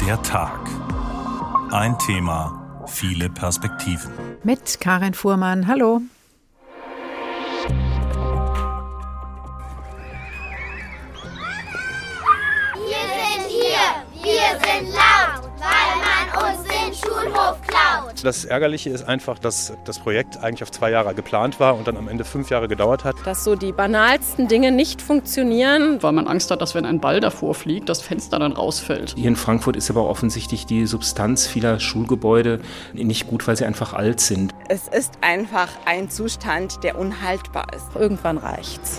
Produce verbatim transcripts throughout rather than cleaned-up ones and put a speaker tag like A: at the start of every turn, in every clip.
A: Der Tag. Ein Thema, viele Perspektiven.
B: Mit Karin Fuhrmann, hallo.
C: Wir sind hier, wir sind laut, weil man uns den Schulhof klaut.
D: Das Ärgerliche ist einfach, dass das Projekt eigentlich auf zwei Jahre geplant war und dann am Ende fünf Jahre gedauert hat.
E: Dass so die banalsten Dinge nicht funktionieren.
F: Weil man Angst hat, dass wenn ein Ball davor fliegt, das Fenster dann rausfällt.
G: Hier in Frankfurt ist aber offensichtlich die Substanz vieler Schulgebäude nicht gut, weil sie einfach alt sind.
H: Es ist einfach ein Zustand, der unhaltbar ist.
E: Irgendwann reicht's.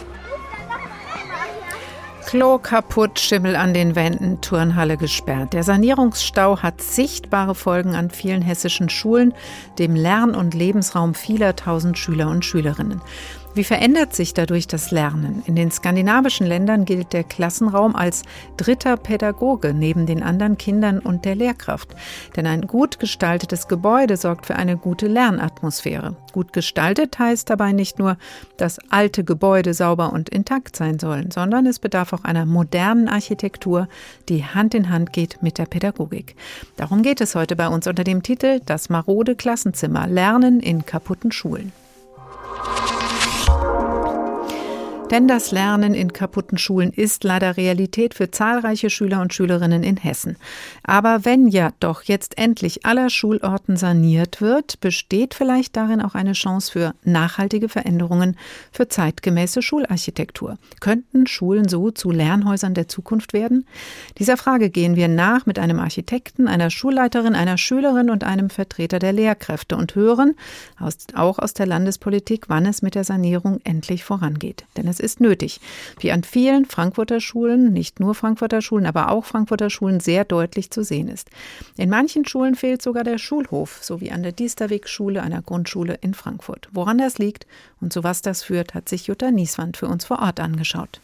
B: Klo kaputt, Schimmel an den Wänden, Turnhalle gesperrt. Der Sanierungsstau hat sichtbare Folgen an vielen hessischen Schulen, dem Lern- und Lebensraum vieler tausend Schüler und Schülerinnen. Wie verändert sich dadurch das Lernen? In den skandinavischen Ländern gilt der Klassenraum als dritter Pädagoge neben den anderen Kindern und der Lehrkraft. Denn ein gut gestaltetes Gebäude sorgt für eine gute Lernatmosphäre. Gut gestaltet heißt dabei nicht nur, dass alte Gebäude sauber und intakt sein sollen, sondern es bedarf auch einer modernen Architektur, die Hand in Hand geht mit der Pädagogik. Darum geht es heute bei uns unter dem Titel Das marode Klassenzimmer – Lernen in kaputten Schulen. Denn das Lernen in kaputten Schulen ist leider Realität für zahlreiche Schüler und Schülerinnen in Hessen. Aber wenn ja doch jetzt endlich aller Schulorten saniert wird, besteht vielleicht darin auch eine Chance für nachhaltige Veränderungen für zeitgemäße Schularchitektur. Könnten Schulen so zu Lernhäusern der Zukunft werden? Dieser Frage gehen wir nach mit einem Architekten, einer Schulleiterin, einer Schülerin und einem Vertreter der Lehrkräfte und hören aus, auch aus der Landespolitik, wann es mit der Sanierung endlich vorangeht. Denn es Es ist nötig, wie an vielen Frankfurter Schulen, nicht nur Frankfurter Schulen, aber auch Frankfurter Schulen sehr deutlich zu sehen ist. In manchen Schulen fehlt sogar der Schulhof, so wie an der Diesterweg-Schule, einer Grundschule in Frankfurt. Woran das liegt und zu was das führt, hat sich Jutta Nieswand für uns vor Ort angeschaut.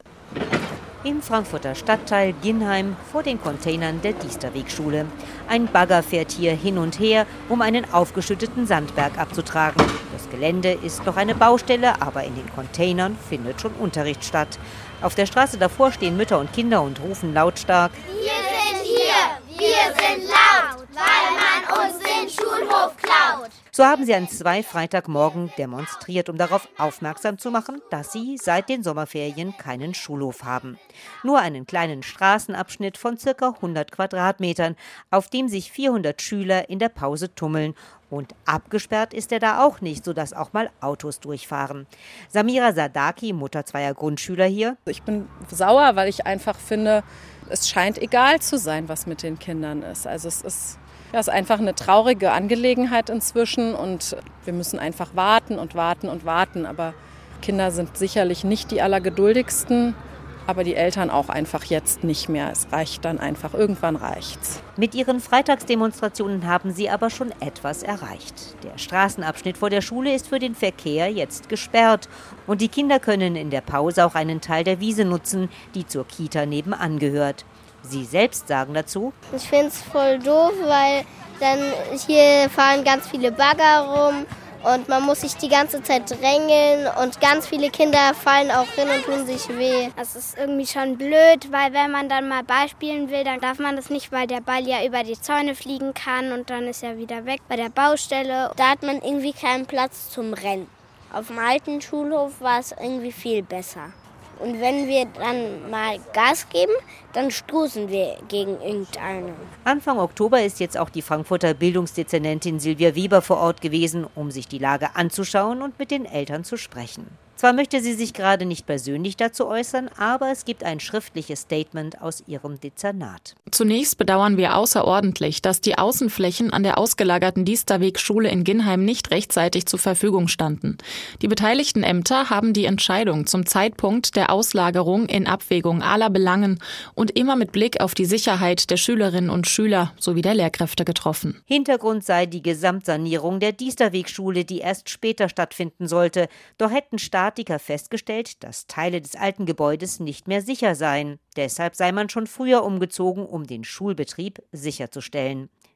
I: Im Frankfurter Stadtteil Ginnheim vor den Containern der Diesterweg-Schule. Ein Bagger fährt hier hin und her, um einen aufgeschütteten Sandberg abzutragen. Das Gelände ist noch eine Baustelle, aber in den Containern findet schon Unterricht statt. Auf der Straße davor stehen Mütter und Kinder und rufen lautstark:
C: Wir sind hier, wir sind laut, weil man uns den Schulhof klaut.
I: So haben sie an zwei Freitagmorgen demonstriert, um darauf aufmerksam zu machen, dass sie seit den Sommerferien keinen Schulhof haben. Nur einen kleinen Straßenabschnitt von circa hundert Quadratmetern, auf dem sich vierhundert Schüler in der Pause tummeln. Und abgesperrt ist er da auch nicht, sodass auch mal Autos durchfahren. Samira Sadaki, Mutter zweier Grundschüler hier.
E: Ich bin sauer, weil ich einfach finde, es scheint egal zu sein, was mit den Kindern ist. Also es ist... Das ist einfach eine traurige Angelegenheit inzwischen und wir müssen einfach warten und warten und warten. Aber Kinder sind sicherlich nicht die allergeduldigsten, aber die Eltern auch einfach jetzt nicht mehr. Es reicht dann einfach, irgendwann reicht's.
I: Mit ihren Freitagsdemonstrationen haben sie aber schon etwas erreicht. Der Straßenabschnitt vor der Schule ist für den Verkehr jetzt gesperrt und die Kinder können in der Pause auch einen Teil der Wiese nutzen, die zur Kita nebenan gehört. Sie selbst sagen dazu:
J: Ich finde es voll doof, weil dann hier fahren ganz viele Bagger rum und man muss sich die ganze Zeit drängeln und ganz viele Kinder fallen auch hin und tun sich weh.
K: Das ist irgendwie schon blöd, weil wenn man dann mal Ball spielen will, dann darf man das nicht, weil der Ball ja über die Zäune fliegen kann und dann ist er wieder weg bei der Baustelle.
J: Da hat man irgendwie keinen Platz zum Rennen. Auf dem alten Schulhof war es irgendwie viel besser. Und wenn wir dann mal Gas geben, dann stoßen wir gegen irgendeinen.
I: Anfang Oktober ist jetzt auch die Frankfurter Bildungsdezernentin Silvia Weber vor Ort gewesen, um sich die Lage anzuschauen und mit den Eltern zu sprechen. Zwar möchte sie sich gerade nicht persönlich dazu äußern, aber es gibt ein schriftliches Statement aus ihrem Dezernat.
L: Zunächst bedauern wir außerordentlich, dass die Außenflächen an der ausgelagerten Diesterweg-Schule in Ginnheim nicht rechtzeitig zur Verfügung standen. Die beteiligten Ämter haben die Entscheidung zum Zeitpunkt der Auslagerung in Abwägung aller Belangen und immer mit Blick auf die Sicherheit der Schülerinnen und Schüler sowie der Lehrkräfte getroffen.
I: Hintergrund sei die Gesamtsanierung der Diesterweg-Schule, die erst später stattfinden sollte. Doch hätten Statiker festgestellt, dass Teile des alten Gebäudes nicht mehr sicher seien. Deshalb sei man schon früher umgezogen, um den Schulbetrieb sicherzustellen.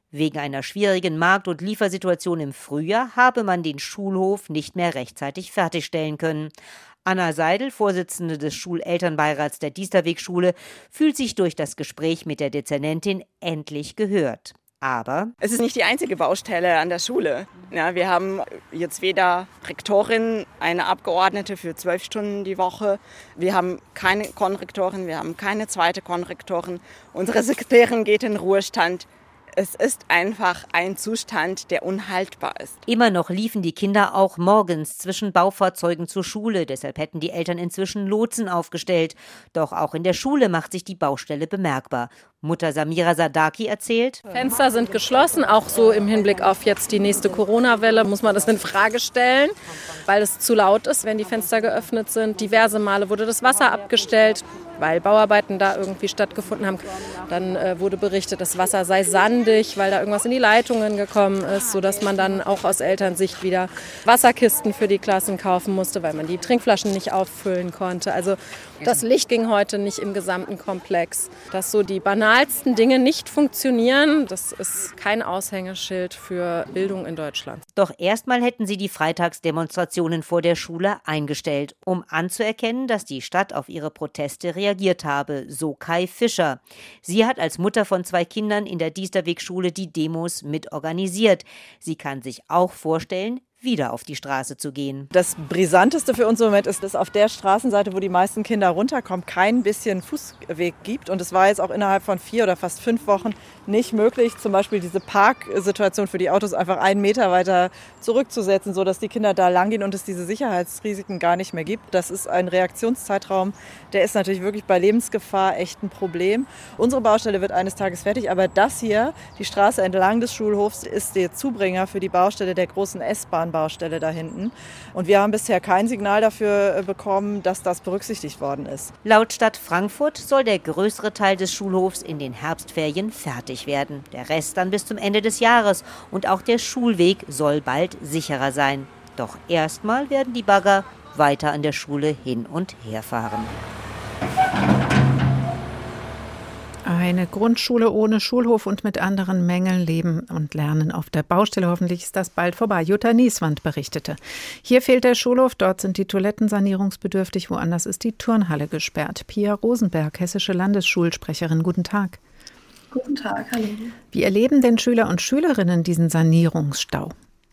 I: Wegen einer schwierigen Markt- und Liefersituation im Frühjahr habe man den Schulhof nicht mehr rechtzeitig fertigstellen können. Anna Seidel, Vorsitzende des Schulelternbeirats der Diesterweg-Schule, fühlt sich durch das Gespräch mit der Dezernentin endlich gehört. Aber
H: es ist nicht die einzige Baustelle an der Schule. Ja, wir haben jetzt weder Rektorin, eine Abgeordnete für zwölf Stunden die Woche. Wir haben keine Konrektorin, wir haben keine zweite Konrektorin. Unsere Sekretärin geht in Ruhestand. Es ist einfach ein Zustand, der unhaltbar ist.
I: Immer noch liefen die Kinder auch morgens zwischen Baufahrzeugen zur Schule. Deshalb hätten die Eltern inzwischen Lotsen aufgestellt. Doch auch in der Schule macht sich die Baustelle bemerkbar. Mutter Samira Sadaki erzählt:
E: Fenster sind geschlossen, auch so im Hinblick auf jetzt die nächste Corona-Welle muss man das in Frage stellen, weil es zu laut ist, wenn die Fenster geöffnet sind. Diverse Male wurde das Wasser abgestellt, weil Bauarbeiten da irgendwie stattgefunden haben. Dann äh, wurde berichtet, das Wasser sei sandig, weil da irgendwas in die Leitungen gekommen ist, sodass man dann auch aus Elternsicht wieder Wasserkisten für die Klassen kaufen musste, weil man die Trinkflaschen nicht auffüllen konnte. Also das Licht ging heute nicht im gesamten Komplex. Dass so die banalsten Dinge nicht funktionieren, das ist kein Aushängeschild für Bildung in Deutschland.
I: Doch erstmal hätten sie die Freitagsdemonstrationen vor der Schule eingestellt, um anzuerkennen, dass die Stadt auf ihre Proteste reagiert habe, so Kai Fischer. Sie hat als Mutter von zwei Kindern in der Diesterweg-Schule die Demos mitorganisiert. Sie kann sich auch vorstellen, wieder auf die Straße zu gehen.
M: Das Brisanteste für uns im Moment ist, dass auf der Straßenseite, wo die meisten Kinder runterkommen, kein bisschen Fußweg gibt. Und es war jetzt auch innerhalb von vier oder fast fünf Wochen nicht möglich, zum Beispiel diese Parksituation für die Autos einfach einen Meter weiter zurückzusetzen, sodass die Kinder da langgehen und es diese Sicherheitsrisiken gar nicht mehr gibt. Das ist ein Reaktionszeitraum, der ist natürlich wirklich bei Lebensgefahr echt ein Problem. Unsere Baustelle wird eines Tages fertig, aber das hier, die Straße entlang des Schulhofs, ist der Zubringer für die Baustelle der großen S-Bahn. Baustelle da hinten. Und wir haben bisher kein Signal dafür bekommen, dass das berücksichtigt worden ist.
I: Laut Stadt Frankfurt soll der größere Teil des Schulhofs in den Herbstferien fertig werden. Der Rest dann bis zum Ende des Jahres. Und auch der Schulweg soll bald sicherer sein. Doch erstmal werden die Bagger weiter an der Schule hin und her fahren.
B: Eine Grundschule ohne Schulhof und mit anderen Mängeln, Leben und Lernen auf der Baustelle. Hoffentlich ist das bald vorbei. Jutta Nieswand berichtete. Hier fehlt der Schulhof, dort sind die Toiletten sanierungsbedürftig, woanders ist die Turnhalle gesperrt. Pia Rosenberg, hessische Landesschulsprecherin, guten Tag.
N: Guten Tag, hallo.
B: Wie erleben denn Schüler und Schülerinnen diesen Sanierungsstau?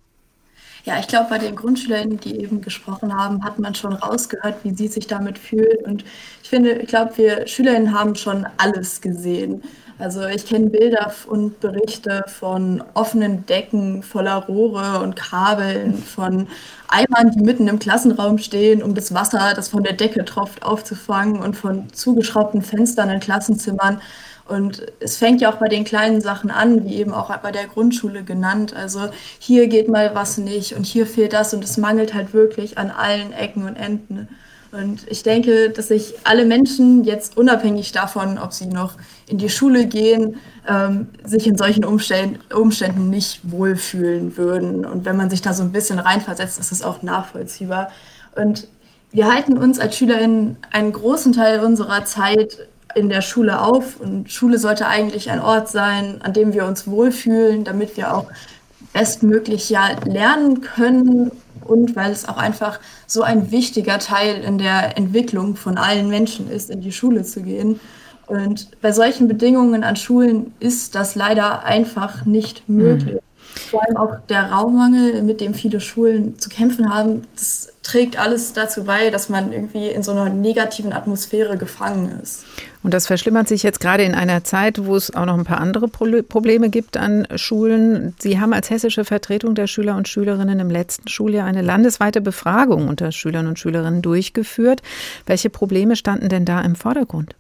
N: Ja, ich glaube, bei den GrundschülerInnen, die eben gesprochen haben, hat man schon rausgehört, wie sie sich damit fühlen. Und ich finde, ich glaube, wir SchülerInnen haben schon alles gesehen. Also ich kenne Bilder und Berichte von offenen Decken voller Rohre und Kabeln, von Eimern, die mitten im Klassenraum stehen, um das Wasser, das von der Decke tropft, aufzufangen, und von zugeschraubten Fenstern in Klassenzimmern. Und es fängt ja auch bei den kleinen Sachen an, wie eben auch bei der Grundschule genannt. Also hier geht mal was nicht und hier fehlt das, und es mangelt halt wirklich an allen Ecken und Enden. Und ich denke, dass sich alle Menschen jetzt unabhängig davon, ob sie noch in die Schule gehen, ähm, sich in solchen Umständen, Umständen nicht wohlfühlen würden. Und wenn man sich da so ein bisschen reinversetzt, ist es auch nachvollziehbar. Und wir halten uns als SchülerInnen einen großen Teil unserer Zeit in der Schule auf, und Schule sollte eigentlich ein Ort sein, an dem wir uns wohlfühlen, damit wir auch bestmöglich ja lernen können, und weil es auch einfach so ein wichtiger Teil in der Entwicklung von allen Menschen ist, in die Schule zu gehen. Und bei solchen Bedingungen an Schulen ist das leider einfach nicht möglich. Mhm. Vor allem auch der Raummangel, mit dem viele Schulen zu kämpfen haben, das trägt alles dazu bei, dass man irgendwie in so einer negativen Atmosphäre gefangen ist.
B: Und das verschlimmert sich jetzt gerade in einer Zeit, wo es auch noch ein paar andere Probleme gibt an Schulen. Sie haben als hessische Vertretung der Schüler und Schülerinnen im letzten Schuljahr eine landesweite Befragung unter Schülern und Schülerinnen durchgeführt. Welche Probleme standen denn da im Vordergrund?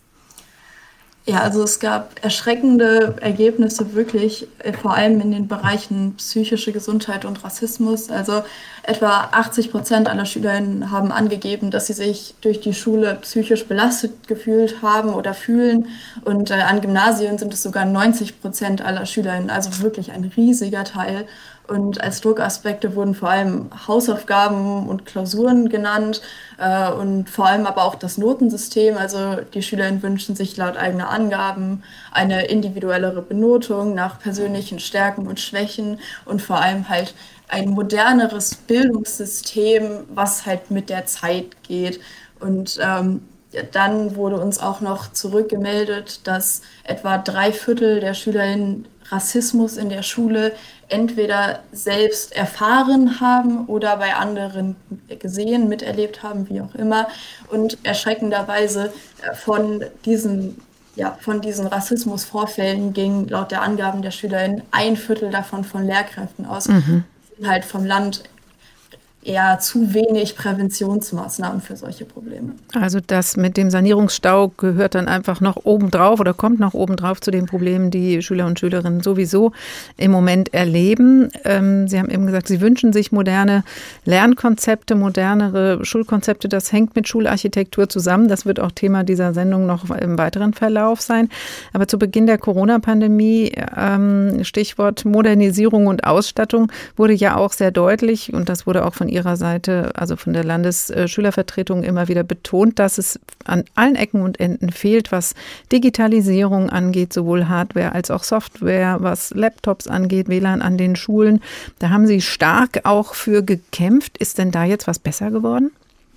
N: Ja, also es gab erschreckende Ergebnisse wirklich, vor allem in den Bereichen psychische Gesundheit und Rassismus. Also etwa achtzig Prozent aller SchülerInnen haben angegeben, dass sie sich durch die Schule psychisch belastet gefühlt haben oder fühlen. Und äh, an Gymnasien sind es sogar neunzig Prozent aller SchülerInnen, also wirklich ein riesiger Teil. Und als Druckaspekte wurden vor allem Hausaufgaben und Klausuren genannt äh, und vor allem aber auch das Notensystem. Also die SchülerInnen wünschen sich laut eigener Angaben eine individuellere Benotung nach persönlichen Stärken und Schwächen und vor allem halt ein moderneres Bildungssystem, was halt mit der Zeit geht. Und ähm, dann wurde uns auch noch zurückgemeldet, dass etwa drei Viertel der SchülerInnen Rassismus in der Schule entweder selbst erfahren haben oder bei anderen gesehen, miterlebt haben, wie auch immer. Und erschreckenderweise von diesen, ja, von diesen Rassismusvorfällen ging laut der Angaben der SchülerInnen ein Viertel davon von Lehrkräften aus, mhm. die halt vom Land eher zu wenig Präventionsmaßnahmen für solche Probleme.
B: Also das mit dem Sanierungsstau gehört dann einfach noch obendrauf oder kommt noch obendrauf zu den Problemen, die Schüler und Schülerinnen sowieso im Moment erleben. Ähm, Sie haben eben gesagt, Sie wünschen sich moderne Lernkonzepte, modernere Schulkonzepte. Das hängt mit Schularchitektur zusammen. Das wird auch Thema dieser Sendung noch im weiteren Verlauf sein. Aber zu Beginn der Corona-Pandemie, ähm, Stichwort Modernisierung und Ausstattung, wurde ja auch sehr deutlich, und das wurde auch von Ihrer Seite, also von der Landesschülervertretung, immer wieder betont, dass es an allen Ecken und Enden fehlt, was Digitalisierung angeht, sowohl Hardware als auch Software, was Laptops angeht, W L A N an den Schulen. Da haben Sie stark auch für gekämpft. Ist denn da jetzt was besser geworden?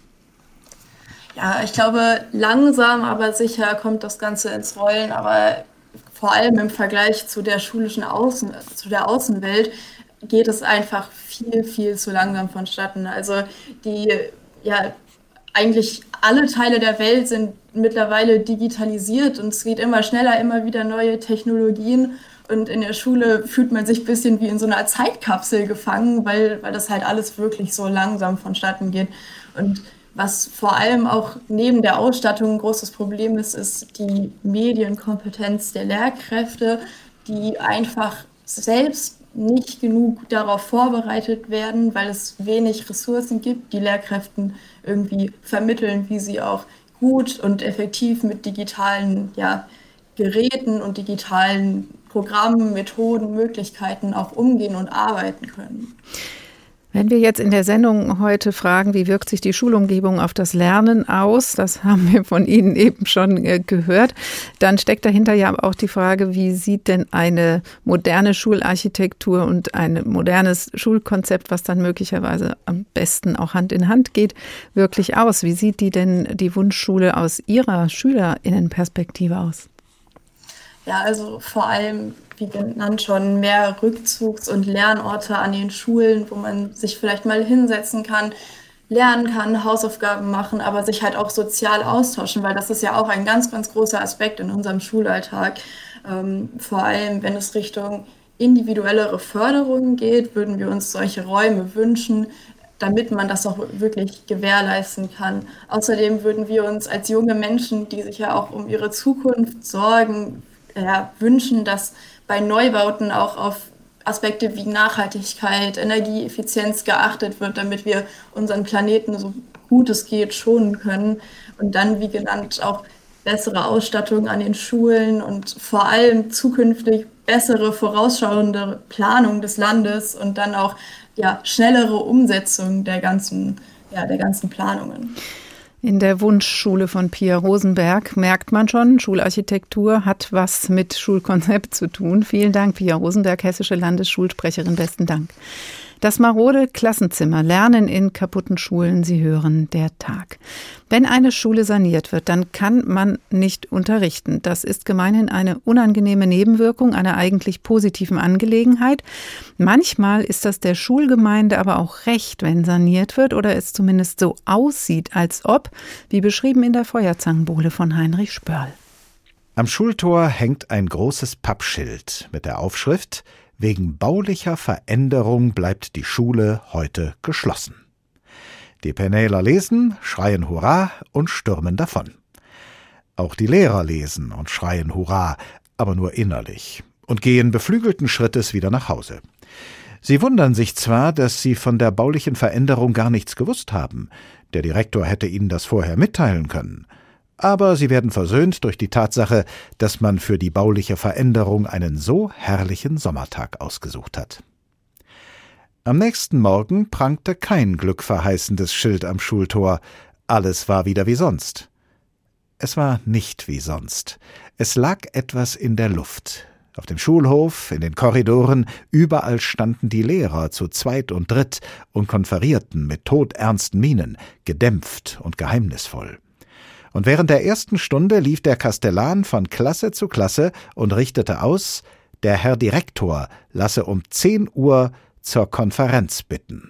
N: Ja, ich glaube, langsam, aber sicher kommt das Ganze ins Rollen. Aber vor allem im Vergleich zu der schulischen Außen, zu der Außenwelt, geht es einfach viel, viel zu langsam vonstatten. Also die, ja, eigentlich alle Teile der Welt sind mittlerweile digitalisiert und es geht immer schneller, immer wieder neue Technologien. Und in der Schule fühlt man sich ein bisschen wie in so einer Zeitkapsel gefangen, weil, weil das halt alles wirklich so langsam vonstatten geht. Und was vor allem auch neben der Ausstattung ein großes Problem ist, ist die Medienkompetenz der Lehrkräfte, die einfach selbst nicht genug darauf vorbereitet werden, weil es wenig Ressourcen gibt, die Lehrkräften irgendwie vermitteln, wie sie auch gut und effektiv mit digitalen ja, Geräten und digitalen Programmen, Methoden, Möglichkeiten auch umgehen und arbeiten können.
B: Wenn wir jetzt in der Sendung heute fragen, wie wirkt sich die Schulumgebung auf das Lernen aus, das haben wir von Ihnen eben schon gehört, dann steckt dahinter ja auch die Frage, wie sieht denn eine moderne Schularchitektur und ein modernes Schulkonzept, was dann möglicherweise am besten auch Hand in Hand geht, wirklich aus? Wie sieht die denn die Wunschschule aus Ihrer SchülerInnenperspektive aus?
N: Ja, also vor allem, wie genannt schon, mehr Rückzugs- und Lernorte an den Schulen, wo man sich vielleicht mal hinsetzen kann, lernen kann, Hausaufgaben machen, aber sich halt auch sozial austauschen, weil das ist ja auch ein ganz, ganz großer Aspekt in unserem Schulalltag. Ähm, vor allem, wenn es Richtung individuellere Förderung geht, würden wir uns solche Räume wünschen, damit man das auch wirklich gewährleisten kann. Außerdem würden wir uns als junge Menschen, die sich ja auch um ihre Zukunft sorgen, ja, wünschen, dass bei Neubauten auch auf Aspekte wie Nachhaltigkeit, Energieeffizienz geachtet wird, damit wir unseren Planeten so gut es geht schonen können. Und dann, wie genannt, auch bessere Ausstattung an den Schulen und vor allem zukünftig bessere vorausschauende Planung des Landes und dann auch ja, schnellere Umsetzung der ganzen, ja, der ganzen Planungen.
B: In der Wunschschule von Pia Rosenberg merkt man schon, Schularchitektur hat was mit Schulkonzept zu tun. Vielen Dank, Pia Rosenberg, hessische Landesschulsprecherin. Besten Dank. Das marode Klassenzimmer, Lernen in kaputten Schulen, Sie hören der Tag. Wenn eine Schule saniert wird, dann kann man nicht unterrichten. Das ist gemeinhin eine unangenehme Nebenwirkung einer eigentlich positiven Angelegenheit. Manchmal ist das der Schulgemeinde aber auch recht, wenn saniert wird oder es zumindest so aussieht, als ob, wie beschrieben in der Feuerzangenbowle von Heinrich Spörl.
O: Am Schultor hängt ein großes Pappschild mit der Aufschrift: Wegen baulicher Veränderung bleibt die Schule heute geschlossen. Die Penäler lesen, schreien Hurra und stürmen davon. Auch die Lehrer lesen und schreien Hurra, aber nur innerlich, und gehen beflügelten Schrittes wieder nach Hause. Sie wundern sich zwar, dass sie von der baulichen Veränderung gar nichts gewusst haben. Der Direktor hätte ihnen das vorher mitteilen können. Aber sie werden versöhnt durch die Tatsache, dass man für die bauliche Veränderung einen so herrlichen Sommertag ausgesucht hat. Am nächsten Morgen prangte kein glückverheißendes Schild am Schultor. Alles war wieder wie sonst. Es war nicht wie sonst. Es lag etwas in der Luft. Auf dem Schulhof, in den Korridoren, überall standen die Lehrer zu zweit und dritt und konferierten mit todernsten Mienen, gedämpft und geheimnisvoll. Und während der ersten Stunde lief der Kastellan von Klasse zu Klasse und richtete aus, der Herr Direktor lasse um zehn Uhr zur Konferenz bitten.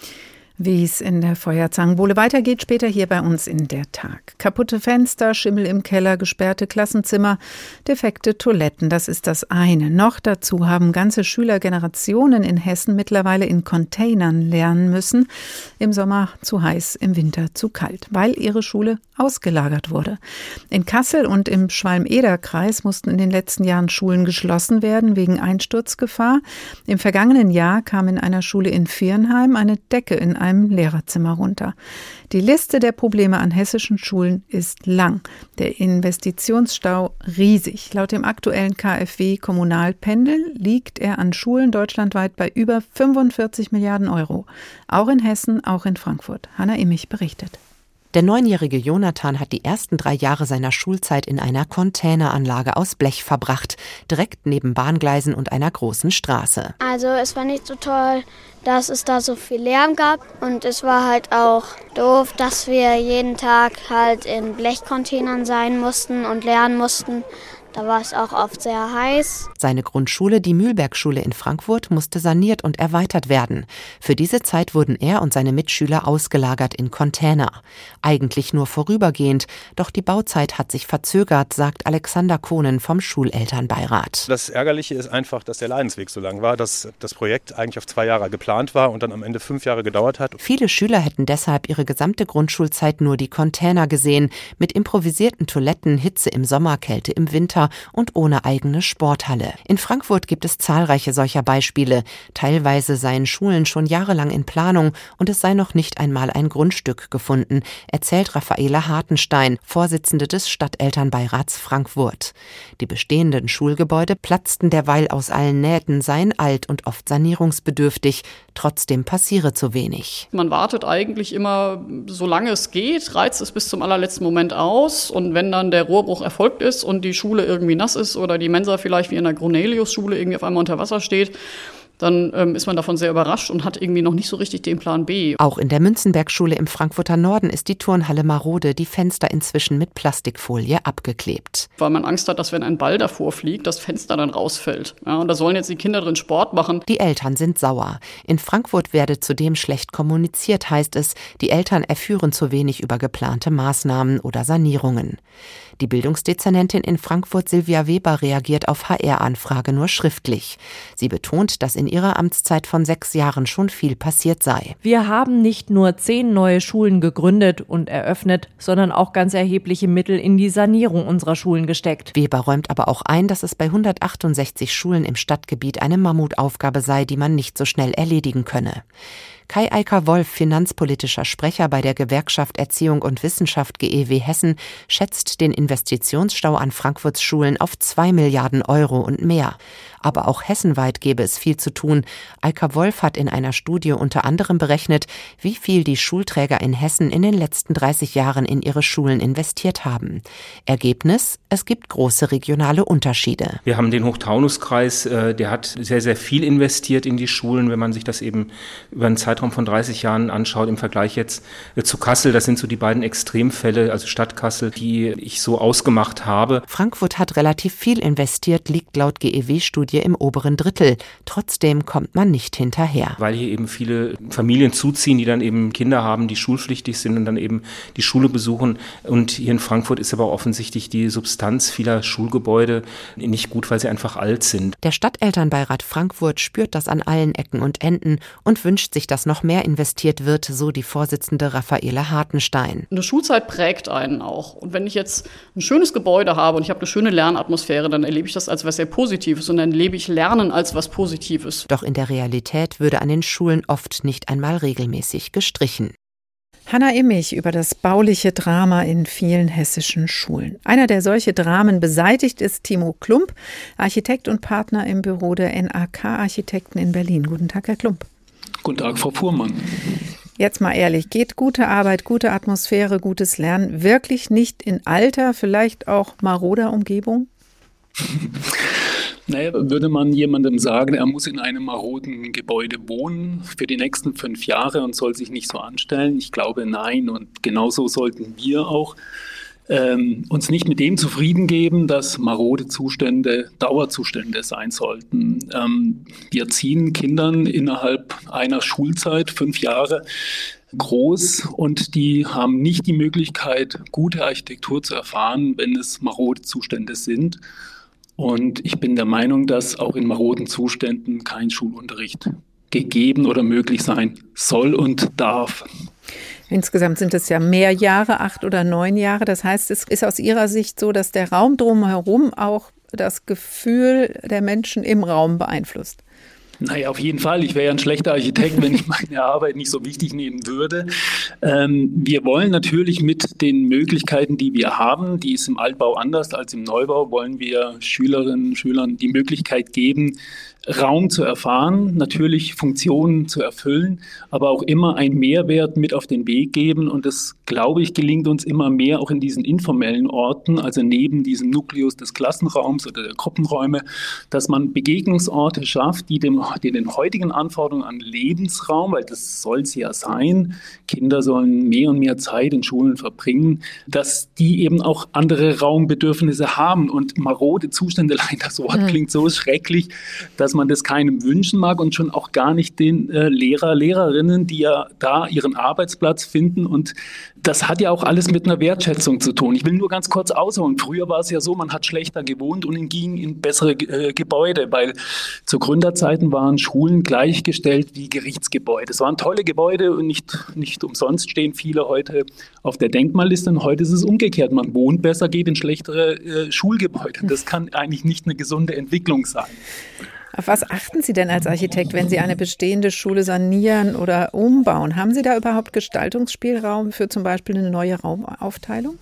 B: Wie es in der Feuerzangenbowle weitergeht, später hier bei uns in der Tag. Kaputte Fenster, Schimmel im Keller, gesperrte Klassenzimmer, defekte Toiletten, das ist das eine. Noch dazu haben ganze Schülergenerationen in Hessen mittlerweile in Containern lernen müssen. Im Sommer zu heiß, im Winter zu kalt, weil ihre Schule ausgelagert wurde. In Kassel und im Schwalm-Eder-Kreis mussten in den letzten Jahren Schulen geschlossen werden wegen Einsturzgefahr. Im vergangenen Jahr kam in einer Schule in Viernheim eine Decke in einem Lehrerzimmer runter. Die Liste der Probleme an hessischen Schulen ist lang. Der Investitionsstau riesig. Laut dem aktuellen K f W-Kommunalpendel liegt er an Schulen deutschlandweit bei über fünfundvierzig Milliarden Euro. Auch in Hessen, auch in Frankfurt. Hanna Immich berichtet.
P: Der neunjährige Jonathan hat die ersten drei Jahre seiner Schulzeit in einer Containeranlage aus Blech verbracht, direkt neben Bahngleisen und einer großen Straße.
K: Also es war nicht so toll, dass es da so viel Lärm gab und es war halt auch doof, dass wir jeden Tag halt in Blechcontainern sein mussten und lernen mussten. Da war es auch oft sehr heiß.
P: Seine Grundschule, die Mühlbergschule in Frankfurt, musste saniert und erweitert werden. Für diese Zeit wurden er und seine Mitschüler ausgelagert in Container. Eigentlich nur vorübergehend, doch die Bauzeit hat sich verzögert, sagt Alexander Kohnen vom Schulelternbeirat.
D: Das Ärgerliche ist einfach, dass der Leidensweg so lang war, dass das Projekt eigentlich auf zwei Jahre geplant war und dann am Ende fünf Jahre gedauert hat.
P: Viele Schüler hätten deshalb ihre gesamte Grundschulzeit nur die Container gesehen, mit improvisierten Toiletten, Hitze im Sommer, Kälte im Winter und ohne eigene Sporthalle. In Frankfurt gibt es zahlreiche solcher Beispiele. Teilweise seien Schulen schon jahrelang in Planung und es sei noch nicht einmal ein Grundstück gefunden, erzählt Raffaela Hartenstein, Vorsitzende des Stadtelternbeirats Frankfurt. Die bestehenden Schulgebäude platzten derweil aus allen Nähten, seien alt und oft sanierungsbedürftig. Trotzdem passiere zu wenig.
F: Man wartet eigentlich immer, solange es geht, reizt es bis zum allerletzten Moment aus. Und wenn dann der Rohrbruch erfolgt ist und die Schule irgendwie nass ist oder die Mensa vielleicht wie in der Cornelius-Schule irgendwie auf einmal unter Wasser steht, dann ähm, ist man davon sehr überrascht und hat irgendwie noch nicht so richtig den Plan B.
P: Auch in der Münzenberg-Schule im Frankfurter Norden ist die Turnhalle marode, die Fenster inzwischen mit Plastikfolie abgeklebt.
F: Weil man Angst hat, dass wenn ein Ball davor fliegt, das Fenster dann rausfällt. Ja, und da sollen jetzt die Kinder drin Sport machen.
P: Die Eltern sind sauer. In Frankfurt werde zudem schlecht kommuniziert, heißt es. Die Eltern erführen zu wenig über geplante Maßnahmen oder Sanierungen. Die Bildungsdezernentin in Frankfurt, Silvia Weber, reagiert auf H R-Anfrage nur schriftlich. Sie betont, dass in ihrer Amtszeit von sechs Jahren schon viel passiert sei.
Q: Wir haben nicht nur zehn neue Schulen gegründet und eröffnet, sondern auch ganz erhebliche Mittel in die Sanierung unserer Schulen gesteckt.
P: Weber räumt aber auch ein, dass es bei hundertachtundsechzig Schulen im Stadtgebiet eine Mammutaufgabe sei, die man nicht so schnell erledigen könne. Kai Eicker-Wolf, finanzpolitischer Sprecher bei der Gewerkschaft Erziehung und Wissenschaft G E W Hessen, schätzt den Investitionsstau an Frankfurts Schulen auf zwei Milliarden Euro und mehr. Aber auch hessenweit gäbe es viel zu tun. Eicker-Wolf hat in einer Studie unter anderem berechnet, wie viel die Schulträger in Hessen in den letzten dreißig Jahren in ihre Schulen investiert haben. Ergebnis: Es gibt große regionale Unterschiede.
G: Wir haben den Hochtaunuskreis, der hat sehr, sehr viel investiert in die Schulen, wenn man sich das eben über einen Zeitraum von dreißig Jahren anschaut, im Vergleich jetzt zu Kassel. Das sind so die beiden Extremfälle, also Stadt Kassel, die ich so ausgemacht habe.
P: Frankfurt hat relativ viel investiert, liegt laut G E W-Studie im oberen Drittel. Trotzdem kommt man nicht hinterher.
G: Weil hier eben viele Familien zuziehen, die dann eben Kinder haben, die schulpflichtig sind und dann eben die Schule besuchen. Und hier in Frankfurt ist aber offensichtlich die Substanz vieler Schulgebäude nicht gut, weil sie einfach alt sind.
P: Der Stadtelternbeirat Frankfurt spürt das an allen Ecken und Enden und wünscht sich, dass noch mehr investiert wird, so die Vorsitzende Raffaela Hartenstein.
F: Eine Schulzeit prägt einen auch. Und wenn ich jetzt ein schönes Gebäude habe und ich habe eine schöne Lernatmosphäre, dann erlebe ich das als was sehr Positives und dann erlebe ich Lernen als was Positives.
P: Doch in der Realität würde an den Schulen oft nicht einmal regelmäßig gestrichen.
B: Hanna Immich über das bauliche Drama in vielen hessischen Schulen. Einer, der solche Dramen beseitigt, ist Timo Klump, Architekt und Partner im Büro der N A K-Architekten in Berlin. Guten Tag, Herr Klump.
R: Guten Tag, Frau Fuhrmann.
B: Jetzt mal ehrlich, geht gute Arbeit, gute Atmosphäre, gutes Lernen wirklich nicht in alter, vielleicht auch maroder Umgebung?
R: Naja, würde man jemandem sagen, er muss in einem maroden Gebäude wohnen für die nächsten fünf Jahre und soll sich nicht so anstellen? Ich glaube, nein. Und genauso sollten wir auch ähm, uns nicht mit dem zufrieden geben, dass marode Zustände Dauerzustände sein sollten. Ähm, wir erziehen Kindern innerhalb einer Schulzeit, fünf Jahre, groß, und die haben nicht die Möglichkeit, gute Architektur zu erfahren, wenn es marode Zustände sind. Und ich bin der Meinung, dass auch in maroden Zuständen kein Schulunterricht gegeben oder möglich sein soll und darf.
B: Insgesamt sind es ja mehr Jahre, acht oder neun Jahre. Das heißt, es ist aus Ihrer Sicht so, dass der Raum drumherum auch das Gefühl der Menschen im Raum beeinflusst.
R: Naja, auf jeden Fall. Ich wäre ja ein schlechter Architekt, wenn ich meine Arbeit nicht so wichtig nehmen würde. Ähm, wir wollen natürlich mit den Möglichkeiten, die wir haben, die ist im Altbau anders als im Neubau, wollen wir Schülerinnen und Schülern die Möglichkeit geben, Raum zu erfahren, natürlich Funktionen zu erfüllen, aber auch immer einen Mehrwert mit auf den Weg geben. Und das, glaube ich, gelingt uns immer mehr auch in diesen informellen Orten, also neben diesem Nukleus des Klassenraums oder der Gruppenräume, dass man Begegnungsorte schafft, die, dem, die den heutigen Anforderungen an Lebensraum, weil das soll es ja sein, Kinder sollen mehr und mehr Zeit in Schulen verbringen, dass die eben auch andere Raumbedürfnisse haben. Und marode Zustände, das Wort mhm. klingt so schrecklich, dass man das keinem wünschen mag und schon auch gar nicht den äh, Lehrer, Lehrerinnen, die ja da ihren Arbeitsplatz finden. Und das hat ja auch alles mit einer Wertschätzung zu tun. Ich will nur ganz kurz ausholen. Früher war es ja so, man hat schlechter gewohnt und ging in bessere äh, Gebäude, weil zu Gründerzeiten waren Schulen gleichgestellt wie Gerichtsgebäude. Es waren tolle Gebäude und nicht, nicht umsonst stehen viele heute auf der Denkmalliste. Und heute ist es umgekehrt. Man wohnt besser, geht in schlechtere äh, Schulgebäude. Das kann eigentlich nicht eine gesunde Entwicklung sein.
B: Auf was achten Sie denn als Architekt, wenn Sie eine bestehende Schule sanieren oder umbauen? Haben Sie da überhaupt Gestaltungsspielraum für zum Beispiel eine neue Raumaufteilung?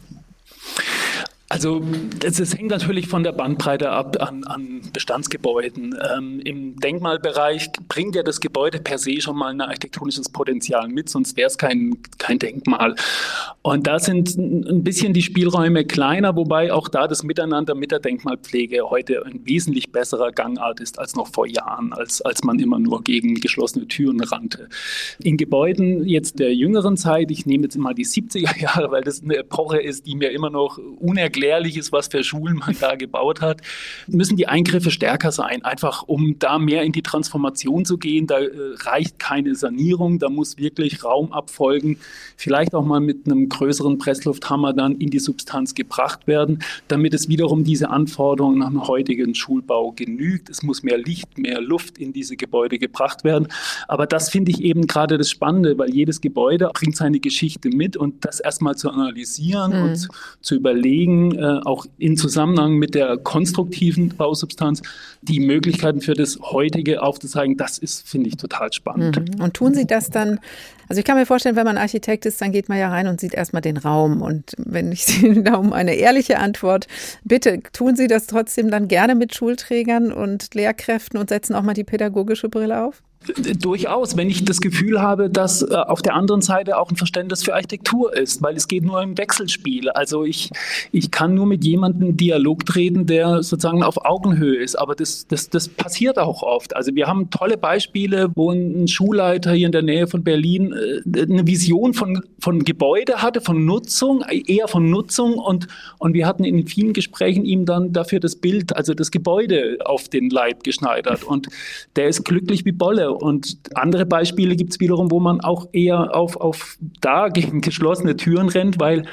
R: Also das, das hängt natürlich von der Bandbreite ab an, an Bestandsgebäuden. Ähm, Im Denkmalbereich bringt ja das Gebäude per se schon mal ein architektonisches Potenzial mit, sonst wäre es kein, kein Denkmal. Und da sind ein bisschen die Spielräume kleiner, wobei auch da das Miteinander mit der Denkmalpflege heute ein wesentlich besserer Gangart ist als noch vor Jahren, als, als man immer nur gegen geschlossene Türen rannte. In Gebäuden jetzt der jüngeren Zeit, ich nehme jetzt mal die siebziger Jahre, weil das eine Epoche ist, die mir immer noch unerklärlich ist, was für Schulen man da gebaut hat, müssen die Eingriffe stärker sein, einfach um da mehr in die Transformation zu gehen. Da äh, reicht keine Sanierung, da muss wirklich Raum abfolgen, vielleicht auch mal mit einem größeren Presslufthammer dann in die Substanz gebracht werden, damit es wiederum diese Anforderungen nach dem heutigen Schulbau genügt. Es muss mehr Licht, mehr Luft in diese Gebäude gebracht werden. Aber das finde ich eben gerade das Spannende, weil jedes Gebäude bringt seine Geschichte mit, und das erstmal zu analysieren mhm. und zu, zu überlegen, Äh, auch in Zusammenhang mit der konstruktiven Bausubstanz die Möglichkeiten für das heutige aufzuzeigen, das ist, finde ich, total spannend.
B: Mhm. Und tun Sie das dann, also ich kann mir vorstellen, wenn man Architekt ist, dann geht man ja rein und sieht erstmal den Raum. Und wenn ich Sie da um eine ehrliche Antwort bitte, tun Sie das trotzdem dann gerne mit Schulträgern und Lehrkräften und setzen auch mal die pädagogische Brille auf?
R: Durchaus, wenn ich das Gefühl habe, dass äh, auf der anderen Seite auch ein Verständnis für Architektur ist, weil es geht nur im Wechselspiel. Also ich, ich kann nur mit jemandem in Dialog treten, der sozusagen auf Augenhöhe ist, aber das, das, das passiert auch oft. Also wir haben tolle Beispiele, wo ein Schulleiter hier in der Nähe von Berlin äh, eine Vision von, von Gebäude hatte, von Nutzung, eher von Nutzung, und, und wir hatten in vielen Gesprächen ihm dann dafür das Bild, also das Gebäude auf den Leib geschneidert, und der ist glücklich wie Bolle. Und andere Beispiele gibt es wiederum, wo man auch eher auf, auf da gegen geschlossene Türen rennt, weil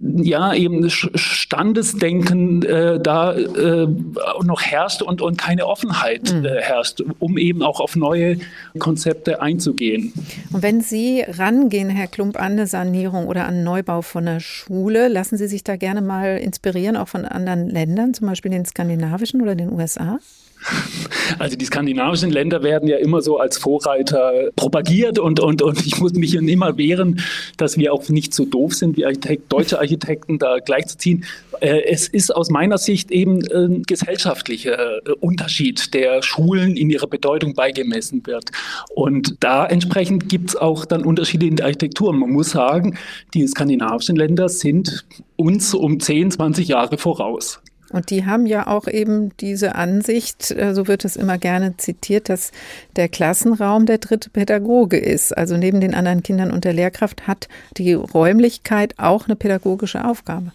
R: ja eben Standesdenken äh, da äh, noch herrscht und, und keine Offenheit mhm. äh, herrscht, um eben auch auf neue Konzepte einzugehen.
B: Und wenn Sie rangehen, Herr Klump, an eine Sanierung oder an einen Neubau von einer Schule, lassen Sie sich da gerne mal inspirieren, auch von anderen Ländern, zum Beispiel den skandinavischen oder den U S A?
R: Also die skandinavischen Länder werden ja immer so als Vorreiter propagiert und, und, und ich muss mich immer wehren, dass wir auch nicht so doof sind wie Architekt, deutsche Architekten da gleichzuziehen. Es ist aus meiner Sicht eben ein gesellschaftlicher Unterschied, der Schulen in ihrer Bedeutung beigemessen wird. Und da entsprechend gibt es auch dann Unterschiede in der Architektur. Man muss sagen, die skandinavischen Länder sind uns um zehn, zwanzig Jahre voraus.
B: Und die haben ja auch eben diese Ansicht, so wird es immer gerne zitiert, dass der Klassenraum der dritte Pädagoge ist. Also neben den anderen Kindern und der Lehrkraft hat die Räumlichkeit auch eine pädagogische Aufgabe.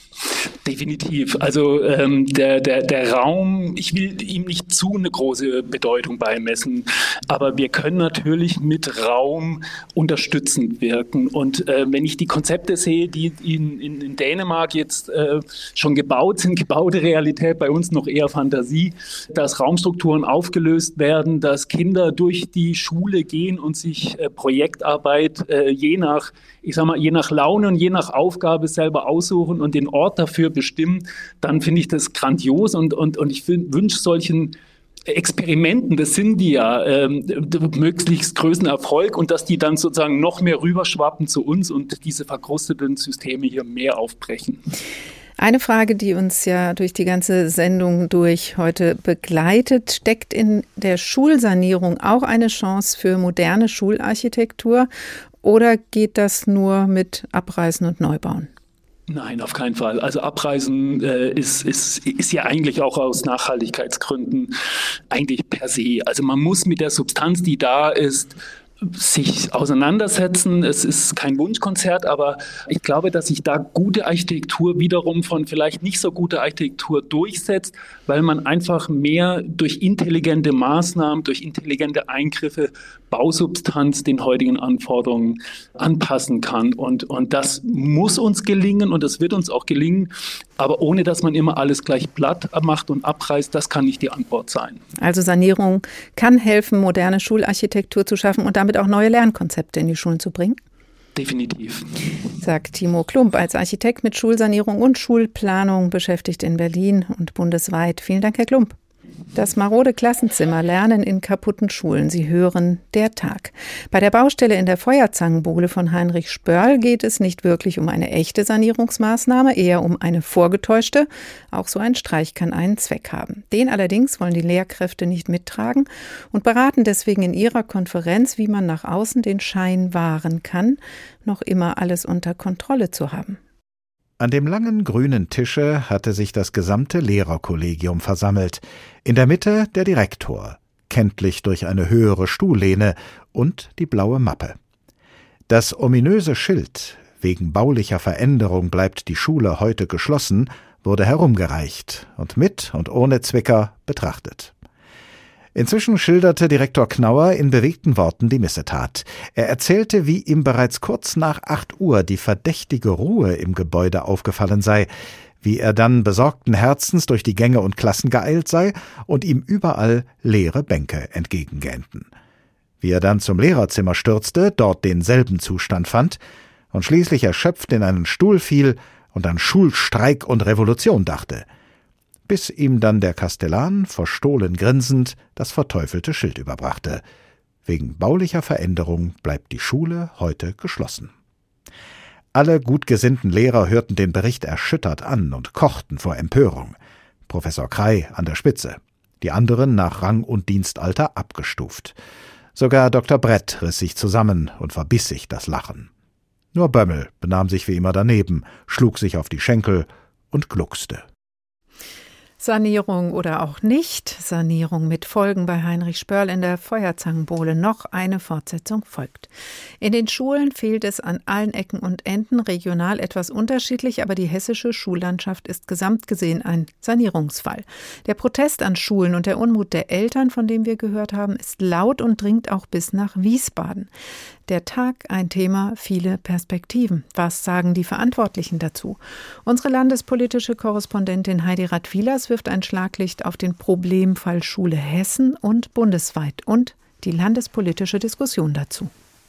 R: Definitiv. Also ähm, der, der, der Raum, ich will ihm nicht zu eine große Bedeutung beimessen, aber wir können natürlich mit Raum unterstützend wirken. Und äh, wenn ich die Konzepte sehe, die in, in, in Dänemark jetzt äh, schon gebaut sind, gebaute Realität, bei uns noch eher Fantasie, dass Raumstrukturen aufgelöst werden, dass Kinder durch die Schule gehen und sich äh, Projektarbeit äh, je nach, ich sag mal, je nach Laune und je nach Aufgabe selber aussuchen und den Ort dafür bestimmen, dann finde ich das grandios und, und, und ich wünsche solchen Experimenten, das sind die ja, ähm, möglichst größten Erfolg und dass die dann sozusagen noch mehr rüberschwappen zu uns und diese verkrusteten Systeme hier mehr aufbrechen.
B: Eine Frage, die uns ja durch die ganze Sendung durch heute begleitet, steckt in der Schulsanierung auch eine Chance für moderne Schularchitektur oder geht das nur mit Abreißen und Neubauen?
R: Nein, auf keinen Fall. Also Abreißen äh, ist, ist, ist ja eigentlich auch aus Nachhaltigkeitsgründen eigentlich per se. Also man muss mit der Substanz, die da ist, sich auseinandersetzen. Es ist kein Wunschkonzert, aber ich glaube, dass sich da gute Architektur wiederum von vielleicht nicht so guter Architektur durchsetzt, weil man einfach mehr durch intelligente Maßnahmen, durch intelligente Eingriffe Bausubstanz den heutigen Anforderungen anpassen kann. Und, und das muss uns gelingen und das wird uns auch gelingen, aber ohne, dass man immer alles gleich platt macht und abreißt, das kann nicht die Antwort sein.
B: Also Sanierung kann helfen, moderne Schularchitektur zu schaffen und damit auch neue Lernkonzepte in die Schulen zu bringen?
R: Definitiv.
B: Sagt Timo Klump als Architekt mit Schulsanierung und Schulplanung beschäftigt in Berlin und bundesweit. Vielen Dank, Herr Klump. Das marode Klassenzimmer, Lernen in kaputten Schulen. Sie hören Der Tag. Bei der Baustelle in der Feuerzangenbowle von Heinrich Spörl geht es nicht wirklich um eine echte Sanierungsmaßnahme, eher um eine vorgetäuschte. Auch so ein Streich kann einen Zweck haben. Den allerdings wollen die Lehrkräfte nicht mittragen und beraten deswegen in ihrer Konferenz, wie man nach außen den Schein wahren kann, noch immer alles unter Kontrolle zu haben.
O: An dem langen grünen Tische hatte sich das gesamte Lehrerkollegium versammelt. In der Mitte der Direktor, kenntlich durch eine höhere Stuhllehne und die blaue Mappe. Das ominöse Schild, wegen baulicher Veränderung bleibt die Schule heute geschlossen, wurde herumgereicht und mit und ohne Zwicker betrachtet. Inzwischen schilderte Direktor Knauer in bewegten Worten die Missetat. Er erzählte, wie ihm bereits kurz nach acht Uhr die verdächtige Ruhe im Gebäude aufgefallen sei, wie er dann besorgten Herzens durch die Gänge und Klassen geeilt sei und ihm überall leere Bänke entgegengähnten. Wie er dann zum Lehrerzimmer stürzte, dort denselben Zustand fand und schließlich erschöpft in einen Stuhl fiel und an Schulstreik und Revolution dachte, bis ihm dann der Kastellan, verstohlen grinsend, das verteufelte Schild überbrachte. Wegen baulicher Veränderung bleibt die Schule heute geschlossen. Alle gut gesinnten Lehrer hörten den Bericht erschüttert an und kochten vor Empörung. Professor Krey an der Spitze, die anderen nach Rang und Dienstalter abgestuft. Sogar Doktor Brett riss sich zusammen und verbiss sich das Lachen. Nur Bömmel benahm sich wie immer daneben, schlug sich auf die Schenkel und gluckste.
B: Sanierung oder auch nicht. Sanierung mit Folgen bei Heinrich Spörl in der Feuerzangenbowle. Noch eine Fortsetzung folgt. In den Schulen fehlt es an allen Ecken und Enden, regional etwas unterschiedlich, aber die hessische Schullandschaft ist gesamt gesehen ein Sanierungsfall. Der Protest an Schulen und der Unmut der Eltern, von dem wir gehört haben, ist laut und dringt auch bis nach Wiesbaden. Der Tag, ein Thema, viele Perspektiven. Was sagen die Verantwortlichen dazu? Unsere landespolitische Korrespondentin Heidi Radwilas wirft ein Schlaglicht auf den Problemfall Schule Hessen und bundesweit und die landespolitische Diskussion dazu.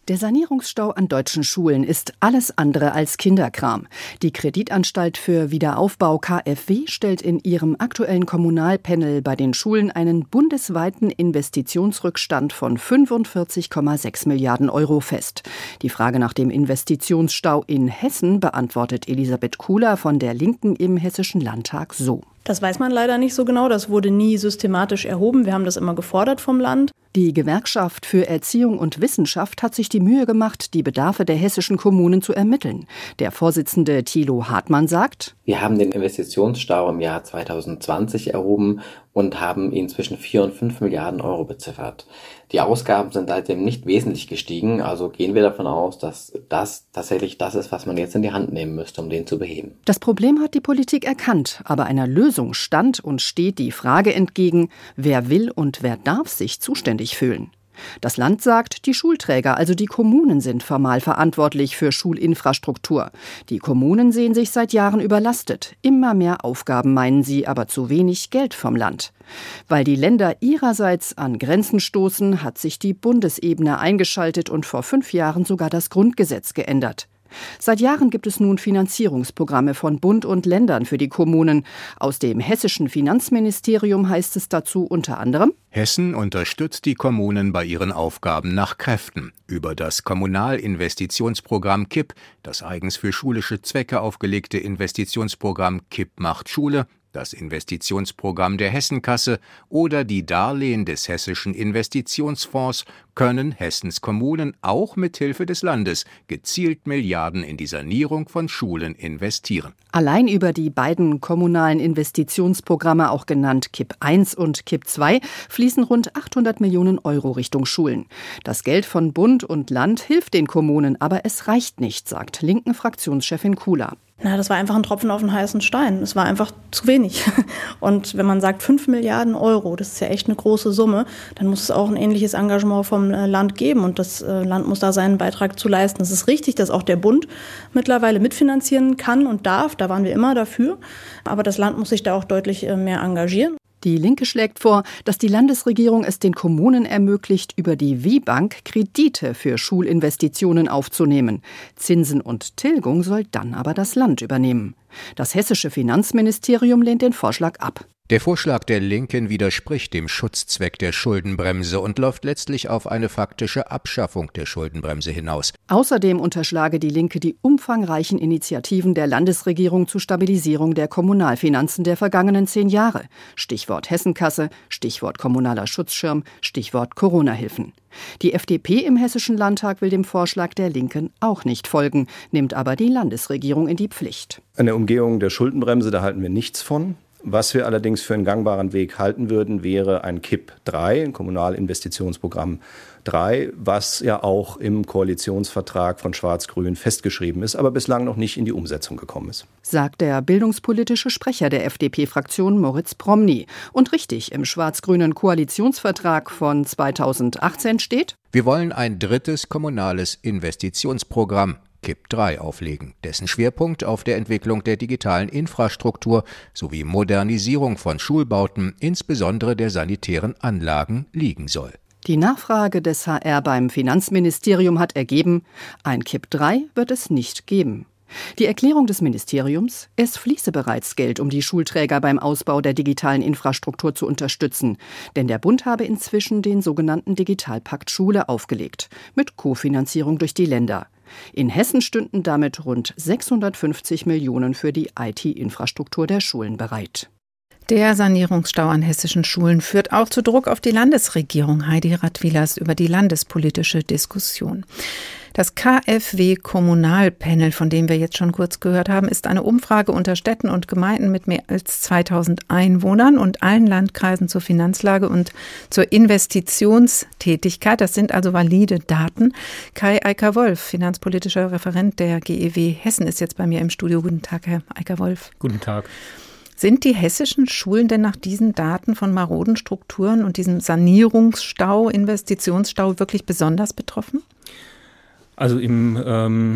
S: Der Sanierungsstau an deutschen Schulen ist alles andere als Kinderkram. Die Kreditanstalt für Wiederaufbau K f W stellt in ihrem aktuellen Kommunalpanel bei den Schulen einen bundesweiten Investitionsrückstand von fünfundvierzig Komma sechs Milliarden Euro fest. Die Frage nach dem Investitionsstau in Hessen beantwortet Elisabeth Kuhler von der Linken im Hessischen Landtag so.
T: Das weiß man leider nicht so genau. Das wurde nie systematisch erhoben. Wir haben das immer gefordert vom Land.
S: Die Gewerkschaft für Erziehung und Wissenschaft hat sich die Mühe gemacht, die Bedarfe der hessischen Kommunen zu ermitteln. Der Vorsitzende Thilo Hartmann sagt:
U: Wir haben den Investitionsstau im Jahr zweitausendzwanzig erhoben und haben ihn zwischen vier und fünf Milliarden Euro beziffert. Die Ausgaben sind seitdem nicht wesentlich gestiegen, also gehen wir davon aus, dass das tatsächlich das ist, was man jetzt in die Hand nehmen müsste, um den zu beheben.
S: Das Problem hat die Politik erkannt, aber einer Lösung stand und steht die Frage entgegen, wer will und wer darf sich zuständig fühlen. Das Land sagt, die Schulträger, also die Kommunen, sind formal verantwortlich für Schulinfrastruktur. Die Kommunen sehen sich seit Jahren überlastet. Immer mehr Aufgaben meinen sie, aber zu wenig Geld vom Land. Weil die Länder ihrerseits an Grenzen stoßen, hat sich die Bundesebene eingeschaltet und vor fünf Jahren sogar das Grundgesetz geändert. Seit Jahren gibt es nun Finanzierungsprogramme von Bund und Ländern für die Kommunen. Aus dem hessischen Finanzministerium heißt es dazu unter anderem:
V: Hessen unterstützt die Kommunen bei ihren Aufgaben nach Kräften. Über das Kommunalinvestitionsprogramm K I P, das eigens für schulische Zwecke aufgelegte Investitionsprogramm K I P macht Schule, das Investitionsprogramm der Hessenkasse oder die Darlehen des Hessischen Investitionsfonds können Hessens Kommunen auch mit Hilfe des Landes gezielt Milliarden in die Sanierung von Schulen investieren.
S: Allein über die beiden kommunalen Investitionsprogramme, auch genannt K I P eins und K I P zwei, fließen rund achthundert Millionen Euro Richtung Schulen. Das Geld von Bund und Land hilft den Kommunen, aber es reicht nicht, sagt linken Fraktionschefin Kuhler.
T: Na, das war einfach ein Tropfen auf den heißen Stein. Es war einfach zu wenig. Und wenn man sagt fünf Milliarden Euro, das ist ja echt eine große Summe, dann muss es auch ein ähnliches Engagement vom Land geben. Und das Land muss da seinen Beitrag zu leisten. Es ist richtig, dass auch der Bund mittlerweile mitfinanzieren kann und darf. Da waren wir immer dafür. Aber das Land muss sich da auch deutlich mehr engagieren.
S: Die Linke schlägt vor, dass die Landesregierung es den Kommunen ermöglicht, über die WIBank Kredite für Schulinvestitionen aufzunehmen. Zinsen und Tilgung soll dann aber das Land übernehmen. Das hessische Finanzministerium lehnt den Vorschlag ab.
V: Der Vorschlag der Linken widerspricht dem Schutzzweck der Schuldenbremse und läuft letztlich auf eine faktische Abschaffung der Schuldenbremse hinaus.
S: Außerdem unterschlage die Linke die umfangreichen Initiativen der Landesregierung zur Stabilisierung der Kommunalfinanzen der vergangenen zehn Jahre. Stichwort Hessenkasse, Stichwort kommunaler Schutzschirm, Stichwort Corona-Hilfen. Die F D P im Hessischen Landtag will dem Vorschlag der Linken auch nicht folgen, nimmt aber die Landesregierung in die Pflicht.
W: Eine Umgehung der Schuldenbremse, da halten wir nichts von. Was wir allerdings für einen gangbaren Weg halten würden, wäre ein K I P drei, ein Kommunalinvestitionsprogramm drei, was ja auch im Koalitionsvertrag von Schwarz-Grün festgeschrieben ist, aber bislang noch nicht in die Umsetzung gekommen ist.
S: Sagt der bildungspolitische Sprecher der F D P-Fraktion Moritz Promny. Und richtig, im schwarz-grünen Koalitionsvertrag von zweitausendachtzehn steht:
V: Wir wollen ein drittes kommunales Investitionsprogramm K I P drei auflegen, dessen Schwerpunkt auf der Entwicklung der digitalen Infrastruktur sowie Modernisierung von Schulbauten, insbesondere der sanitären Anlagen, liegen soll.
S: Die Nachfrage des H R beim Finanzministerium hat ergeben, ein K I P drei wird es nicht geben. Die Erklärung des Ministeriums: Es fließe bereits Geld, um die Schulträger beim Ausbau der digitalen Infrastruktur zu unterstützen. Denn der Bund habe inzwischen den sogenannten Digitalpakt Schule aufgelegt, mit Kofinanzierung durch die Länder. In Hessen stünden damit rund sechshundertfünfzig Millionen für die I T-Infrastruktur der Schulen bereit.
B: Der Sanierungsstau an hessischen Schulen führt auch zu Druck auf die Landesregierung. Heidi Radwilas über die landespolitische Diskussion. Das K f W-Kommunalpanel, von dem wir jetzt schon kurz gehört haben, ist eine Umfrage unter Städten und Gemeinden mit mehr als zweitausend Einwohnern und allen Landkreisen zur Finanzlage und zur Investitionstätigkeit. Das sind also valide Daten. Kai Eicker-Wolf, finanzpolitischer Referent der G E W Hessen, ist jetzt bei mir im Studio. Guten Tag, Herr Eicker-Wolf.
G: Guten Tag.
B: Sind die hessischen Schulen denn nach diesen Daten von maroden Strukturen und diesem Sanierungsstau, Investitionsstau wirklich besonders betroffen?
G: Also im ähm,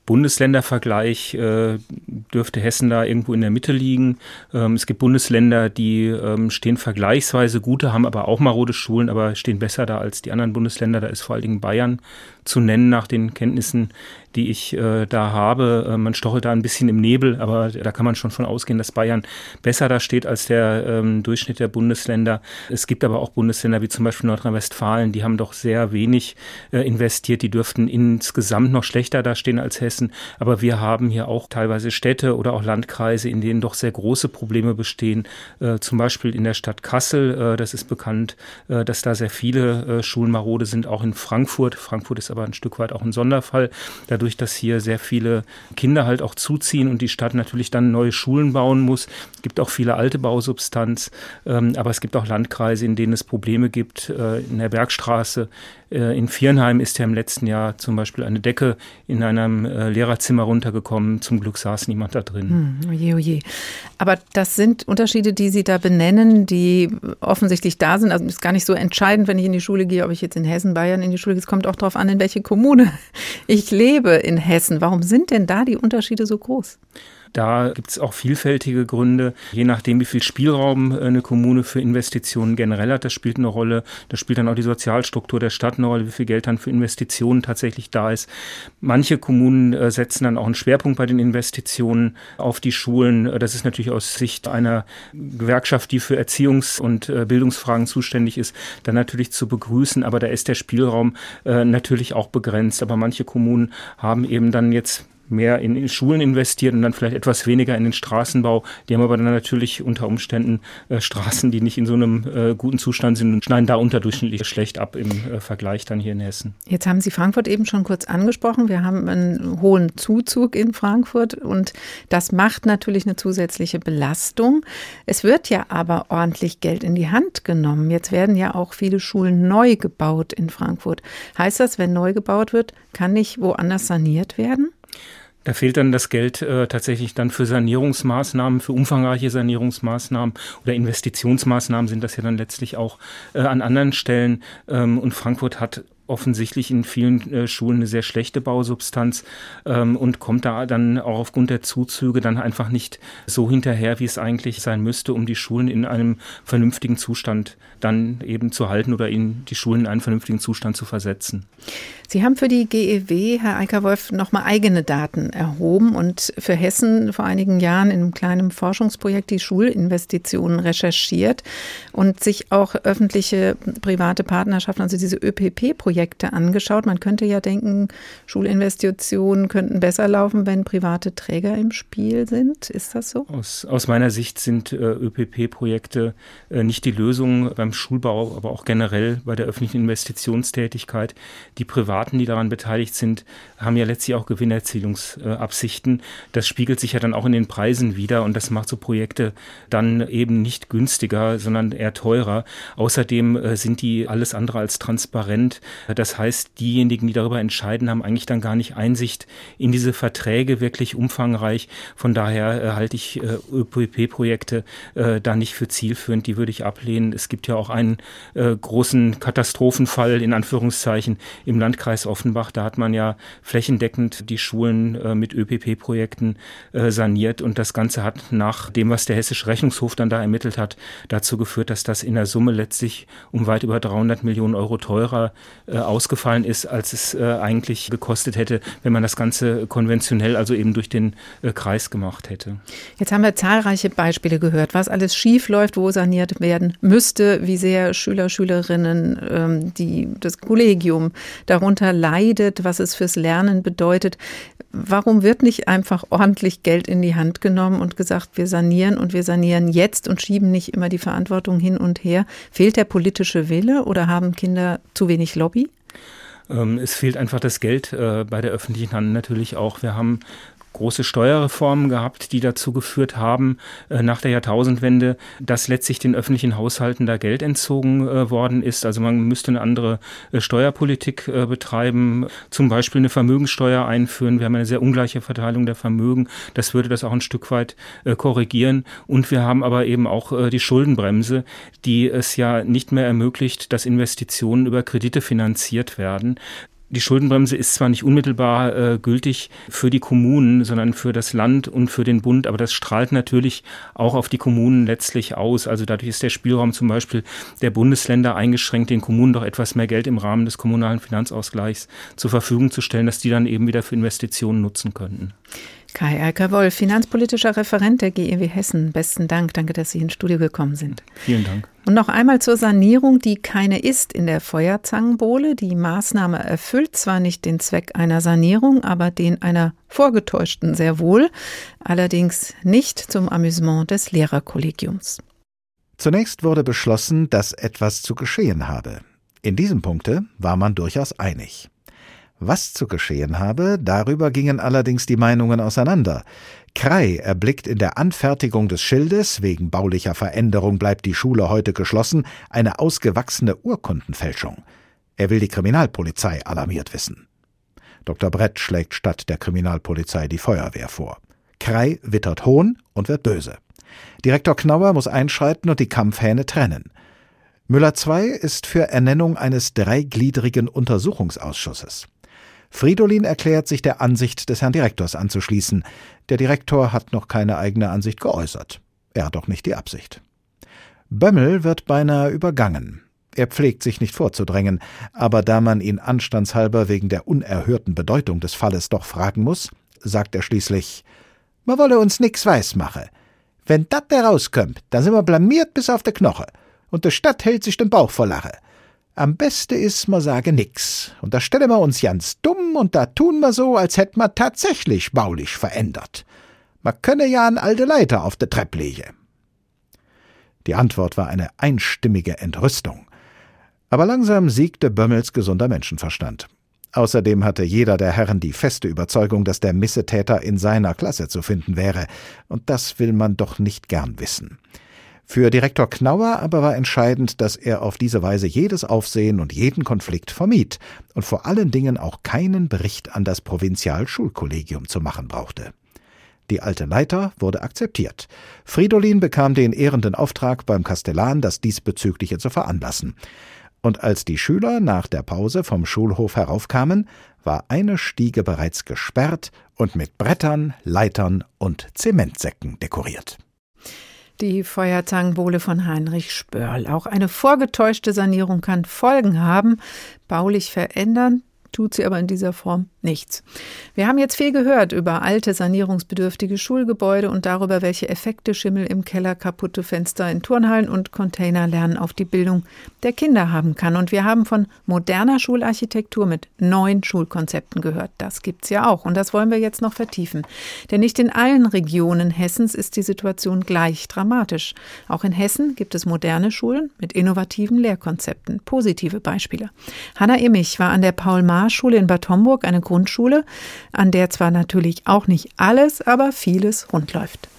G: Bundesländervergleich äh, dürfte Hessen da irgendwo in der Mitte liegen. Ähm, es gibt Bundesländer, die ähm, stehen vergleichsweise gute, haben aber auch marode Schulen, aber stehen besser da als die anderen Bundesländer. Da ist vor allen Dingen Bayern zu nennen nach den Kenntnissen, die ich äh, da habe. Äh, man stochelt da ein bisschen im Nebel, aber da kann man schon von ausgehen, dass Bayern besser da steht als der ähm, Durchschnitt der Bundesländer. Es gibt aber auch Bundesländer wie zum Beispiel Nordrhein-Westfalen, die haben doch sehr wenig äh, investiert. Die dürften insgesamt noch schlechter da stehen als Hessen. Aber wir haben hier auch teilweise Städte oder auch Landkreise, in denen doch sehr große Probleme bestehen. Äh, zum Beispiel in der Stadt Kassel, äh, das ist bekannt, äh, dass da sehr viele äh, Schulen marode sind, auch in Frankfurt. Frankfurt ist aber ein Stück weit auch ein Sonderfall. Dadurch, dass hier sehr viele Kinder halt auch zuziehen und die Stadt natürlich dann neue Schulen bauen muss. Es gibt auch viele alte Bausubstanz, ähm, aber es gibt auch Landkreise, in denen es Probleme gibt. Äh, in der Bergstraße äh, in Viernheim ist ja im letzten Jahr zum Beispiel eine Decke in einem äh, Lehrerzimmer runtergekommen. Zum Glück saß niemand da drin.
B: Hm, oje, oje. Aber das sind Unterschiede, die Sie da benennen, die offensichtlich da sind. Also es ist gar nicht so entscheidend, wenn ich in die Schule gehe, ob ich jetzt in Hessen, Bayern in die Schule gehe. Es kommt auch darauf an, in welche Kommune ich lebe in Hessen. Warum sind denn da die Unterschiede so groß?
G: Da gibt es auch vielfältige Gründe, je nachdem, wie viel Spielraum eine Kommune für Investitionen generell hat. Das spielt eine Rolle. Da spielt dann auch die Sozialstruktur der Stadt eine Rolle, wie viel Geld dann für Investitionen tatsächlich da ist. Manche Kommunen äh, setzen dann auch einen Schwerpunkt bei den Investitionen auf die Schulen. Das ist natürlich aus Sicht einer Gewerkschaft, die für Erziehungs- und äh, Bildungsfragen zuständig ist, dann natürlich zu begrüßen. Aber da ist der Spielraum äh, natürlich auch begrenzt. Aber manche Kommunen haben eben dann jetzt mehr in Schulen investiert und dann vielleicht etwas weniger in den Straßenbau. Die haben aber dann natürlich unter Umständen äh, Straßen, die nicht in so einem äh, guten Zustand sind und schneiden da unterdurchschnittlich schlecht ab im äh, Vergleich dann hier in Hessen.
B: Jetzt haben Sie Frankfurt eben schon kurz angesprochen. Wir haben einen hohen Zuzug in Frankfurt und das macht natürlich eine zusätzliche Belastung. Es wird ja aber ordentlich Geld in die Hand genommen. Jetzt werden ja auch viele Schulen neu gebaut in Frankfurt. Heißt das, wenn neu gebaut wird, kann nicht woanders saniert werden?
G: Da fehlt dann das Geld äh, tatsächlich dann für Sanierungsmaßnahmen, für umfangreiche Sanierungsmaßnahmen oder Investitionsmaßnahmen sind das ja dann letztlich auch äh, an anderen Stellen. Ähm, und Frankfurt hat offensichtlich in vielen äh, Schulen eine sehr schlechte Bausubstanz ähm, und kommt da dann auch aufgrund der Zuzüge dann einfach nicht so hinterher, wie es eigentlich sein müsste, um die Schulen in einem vernünftigen Zustand dann eben zu halten oder in die Schulen in einen vernünftigen Zustand zu versetzen.
B: Sie haben für die G E W, Herr Eicker-Wolf, nochmal eigene Daten erhoben und für Hessen vor einigen Jahren in einem kleinen Forschungsprojekt die Schulinvestitionen recherchiert und sich auch öffentliche, private Partnerschaften, also diese Ö P P-Projekte angeschaut. Man könnte ja denken, Schulinvestitionen könnten besser laufen, wenn private Träger im Spiel sind. Ist das so?
G: Aus, aus meiner Sicht sind äh, Ö P P-Projekte äh, nicht die Lösung beim Schulbau, aber auch generell bei der öffentlichen Investitionstätigkeit. Die privaten, die daran beteiligt sind, haben ja letztlich auch Gewinnerzielungsabsichten. Das spiegelt sich ja dann auch in den Preisen wider und das macht so Projekte dann eben nicht günstiger, sondern eher teurer. Außerdem äh, sind die alles andere als transparent. Das heißt, diejenigen, die darüber entscheiden, haben eigentlich dann gar nicht Einsicht in diese Verträge wirklich umfangreich. Von daher äh, halte ich äh, Ö P P-Projekte äh, da nicht für zielführend. Die würde ich ablehnen. Es gibt ja auch einen äh, großen Katastrophenfall in Anführungszeichen im Landkreis Offenbach. Da hat man ja flächendeckend die Schulen äh, mit Ö P P-Projekten äh, saniert und das Ganze hat nach dem, was der Hessische Rechnungshof dann da ermittelt hat, dazu geführt, dass das in der Summe letztlich um weit über dreihundert Millionen Euro teurer äh, ausgefallen ist, als es äh, eigentlich gekostet hätte, wenn man das Ganze konventionell, also eben durch den äh, Kreis gemacht hätte.
B: Jetzt haben wir zahlreiche Beispiele gehört, was alles schief läuft, wo saniert werden müsste, wie sehr Schüler, Schülerinnen, ähm, die, das Kollegium darunter leidet, was es fürs Lernen bedeutet. Warum wird nicht einfach ordentlich Geld in die Hand genommen und gesagt, wir sanieren und wir sanieren jetzt und schieben nicht immer die Verantwortung hin und her? Fehlt der politische Wille oder haben Kinder zu wenig Lobby?
G: Ähm, es fehlt einfach das Geld äh, bei der öffentlichen Hand natürlich auch. Wir haben große Steuerreformen gehabt, die dazu geführt haben, äh, nach der Jahrtausendwende, dass letztlich den öffentlichen Haushalten da Geld entzogen äh, worden ist. Also man müsste eine andere äh, Steuerpolitik äh, betreiben, zum Beispiel eine Vermögenssteuer einführen. Wir haben eine sehr ungleiche Verteilung der Vermögen. Das würde das auch ein Stück weit äh, korrigieren. Und wir haben aber eben auch äh, die Schuldenbremse, die es ja nicht mehr ermöglicht, dass Investitionen über Kredite finanziert werden. Die Schuldenbremse ist zwar nicht unmittelbar äh, gültig für die Kommunen, sondern für das Land und für den Bund, aber das strahlt natürlich auch auf die Kommunen letztlich aus. Also dadurch ist der Spielraum zum Beispiel der Bundesländer eingeschränkt, den Kommunen doch etwas mehr Geld im Rahmen des kommunalen Finanzausgleichs zur Verfügung zu stellen, dass die dann eben wieder für Investitionen nutzen könnten.
B: Kai Alker-Wolf, finanzpolitischer Referent der G E W Hessen. Besten Dank. Danke, dass Sie ins Studio gekommen sind.
G: Vielen Dank.
B: Und noch einmal zur Sanierung, die keine ist in der Feuerzangenbowle. Die Maßnahme erfüllt zwar nicht den Zweck einer Sanierung, aber den einer vorgetäuschten sehr wohl. Allerdings nicht zum Amüsement des Lehrerkollegiums.
O: Zunächst wurde beschlossen, dass etwas zu geschehen habe. In diesem Punkte war man durchaus einig. Was zu geschehen habe, darüber gingen allerdings die Meinungen auseinander. Krey erblickt in der Anfertigung des Schildes, wegen baulicher Veränderung bleibt die Schule heute geschlossen, eine ausgewachsene Urkundenfälschung. Er will die Kriminalpolizei alarmiert wissen. Doktor Brett schlägt statt der Kriminalpolizei die Feuerwehr vor. Krey wittert Hohn und wird böse. Direktor Knauer muss einschreiten und die Kampfhähne trennen. Müller zwei ist für Ernennung eines dreigliedrigen Untersuchungsausschusses. Fridolin erklärt sich der Ansicht des Herrn Direktors anzuschließen. Der Direktor hat noch keine eigene Ansicht geäußert. Er hat auch nicht die Absicht. Bömmel wird beinahe übergangen. Er pflegt sich nicht vorzudrängen, aber da man ihn anstandshalber wegen der unerhörten Bedeutung des Falles doch fragen muss, sagt er schließlich: Man wolle uns nix weismache. Wenn dat herauskommt, dann sind wir blamiert bis auf de Knoche. Und de Stadt hält sich den Bauch vor Lache. Am beste is, ma sage nix. Und da stellen wir uns ganz dumm und da tun wir so, als hätt ma tatsächlich baulich verändert. Ma könne ja an alte Leiter auf de Trepp lege. Die Antwort war eine einstimmige Entrüstung. Aber langsam siegte Bömmels gesunder Menschenverstand. Außerdem hatte jeder der Herren die feste Überzeugung, dass der Missetäter in seiner Klasse zu finden wäre. Und das will man doch nicht gern wissen. Für Direktor Knauer aber war entscheidend, dass er auf diese Weise jedes Aufsehen und jeden Konflikt vermied und vor allen Dingen auch keinen Bericht an das Provinzialschulkollegium zu machen brauchte. Die alte Leiter wurde akzeptiert. Fridolin bekam den ehrenden Auftrag beim Kastellan, das Diesbezügliche zu veranlassen. Und als die Schüler nach der Pause vom Schulhof heraufkamen, war eine Stiege bereits gesperrt und mit Brettern, Leitern und Zementsäcken dekoriert.
B: Die Feuerzangenbowle von Heinrich Spörl. Auch eine vorgetäuschte Sanierung kann Folgen haben. Baulich verändern tut sie aber in dieser Form nichts. Wir haben jetzt viel gehört über alte, sanierungsbedürftige Schulgebäude und darüber, welche Effekte Schimmel im Keller, kaputte Fenster in Turnhallen und Containerlernen auf die Bildung der Kinder haben kann. Und wir haben von moderner Schularchitektur mit neuen Schulkonzepten gehört. Das gibt's ja auch und das wollen wir jetzt noch vertiefen. Denn nicht in allen Regionen Hessens ist die Situation gleich dramatisch. Auch in Hessen gibt es moderne Schulen mit innovativen Lehrkonzepten. Positive Beispiele. Hanna Immich war an der Paul-Marsch-Schule in Bad Homburg, eine Grundschule, an der zwar natürlich auch nicht alles, aber vieles rund läuft.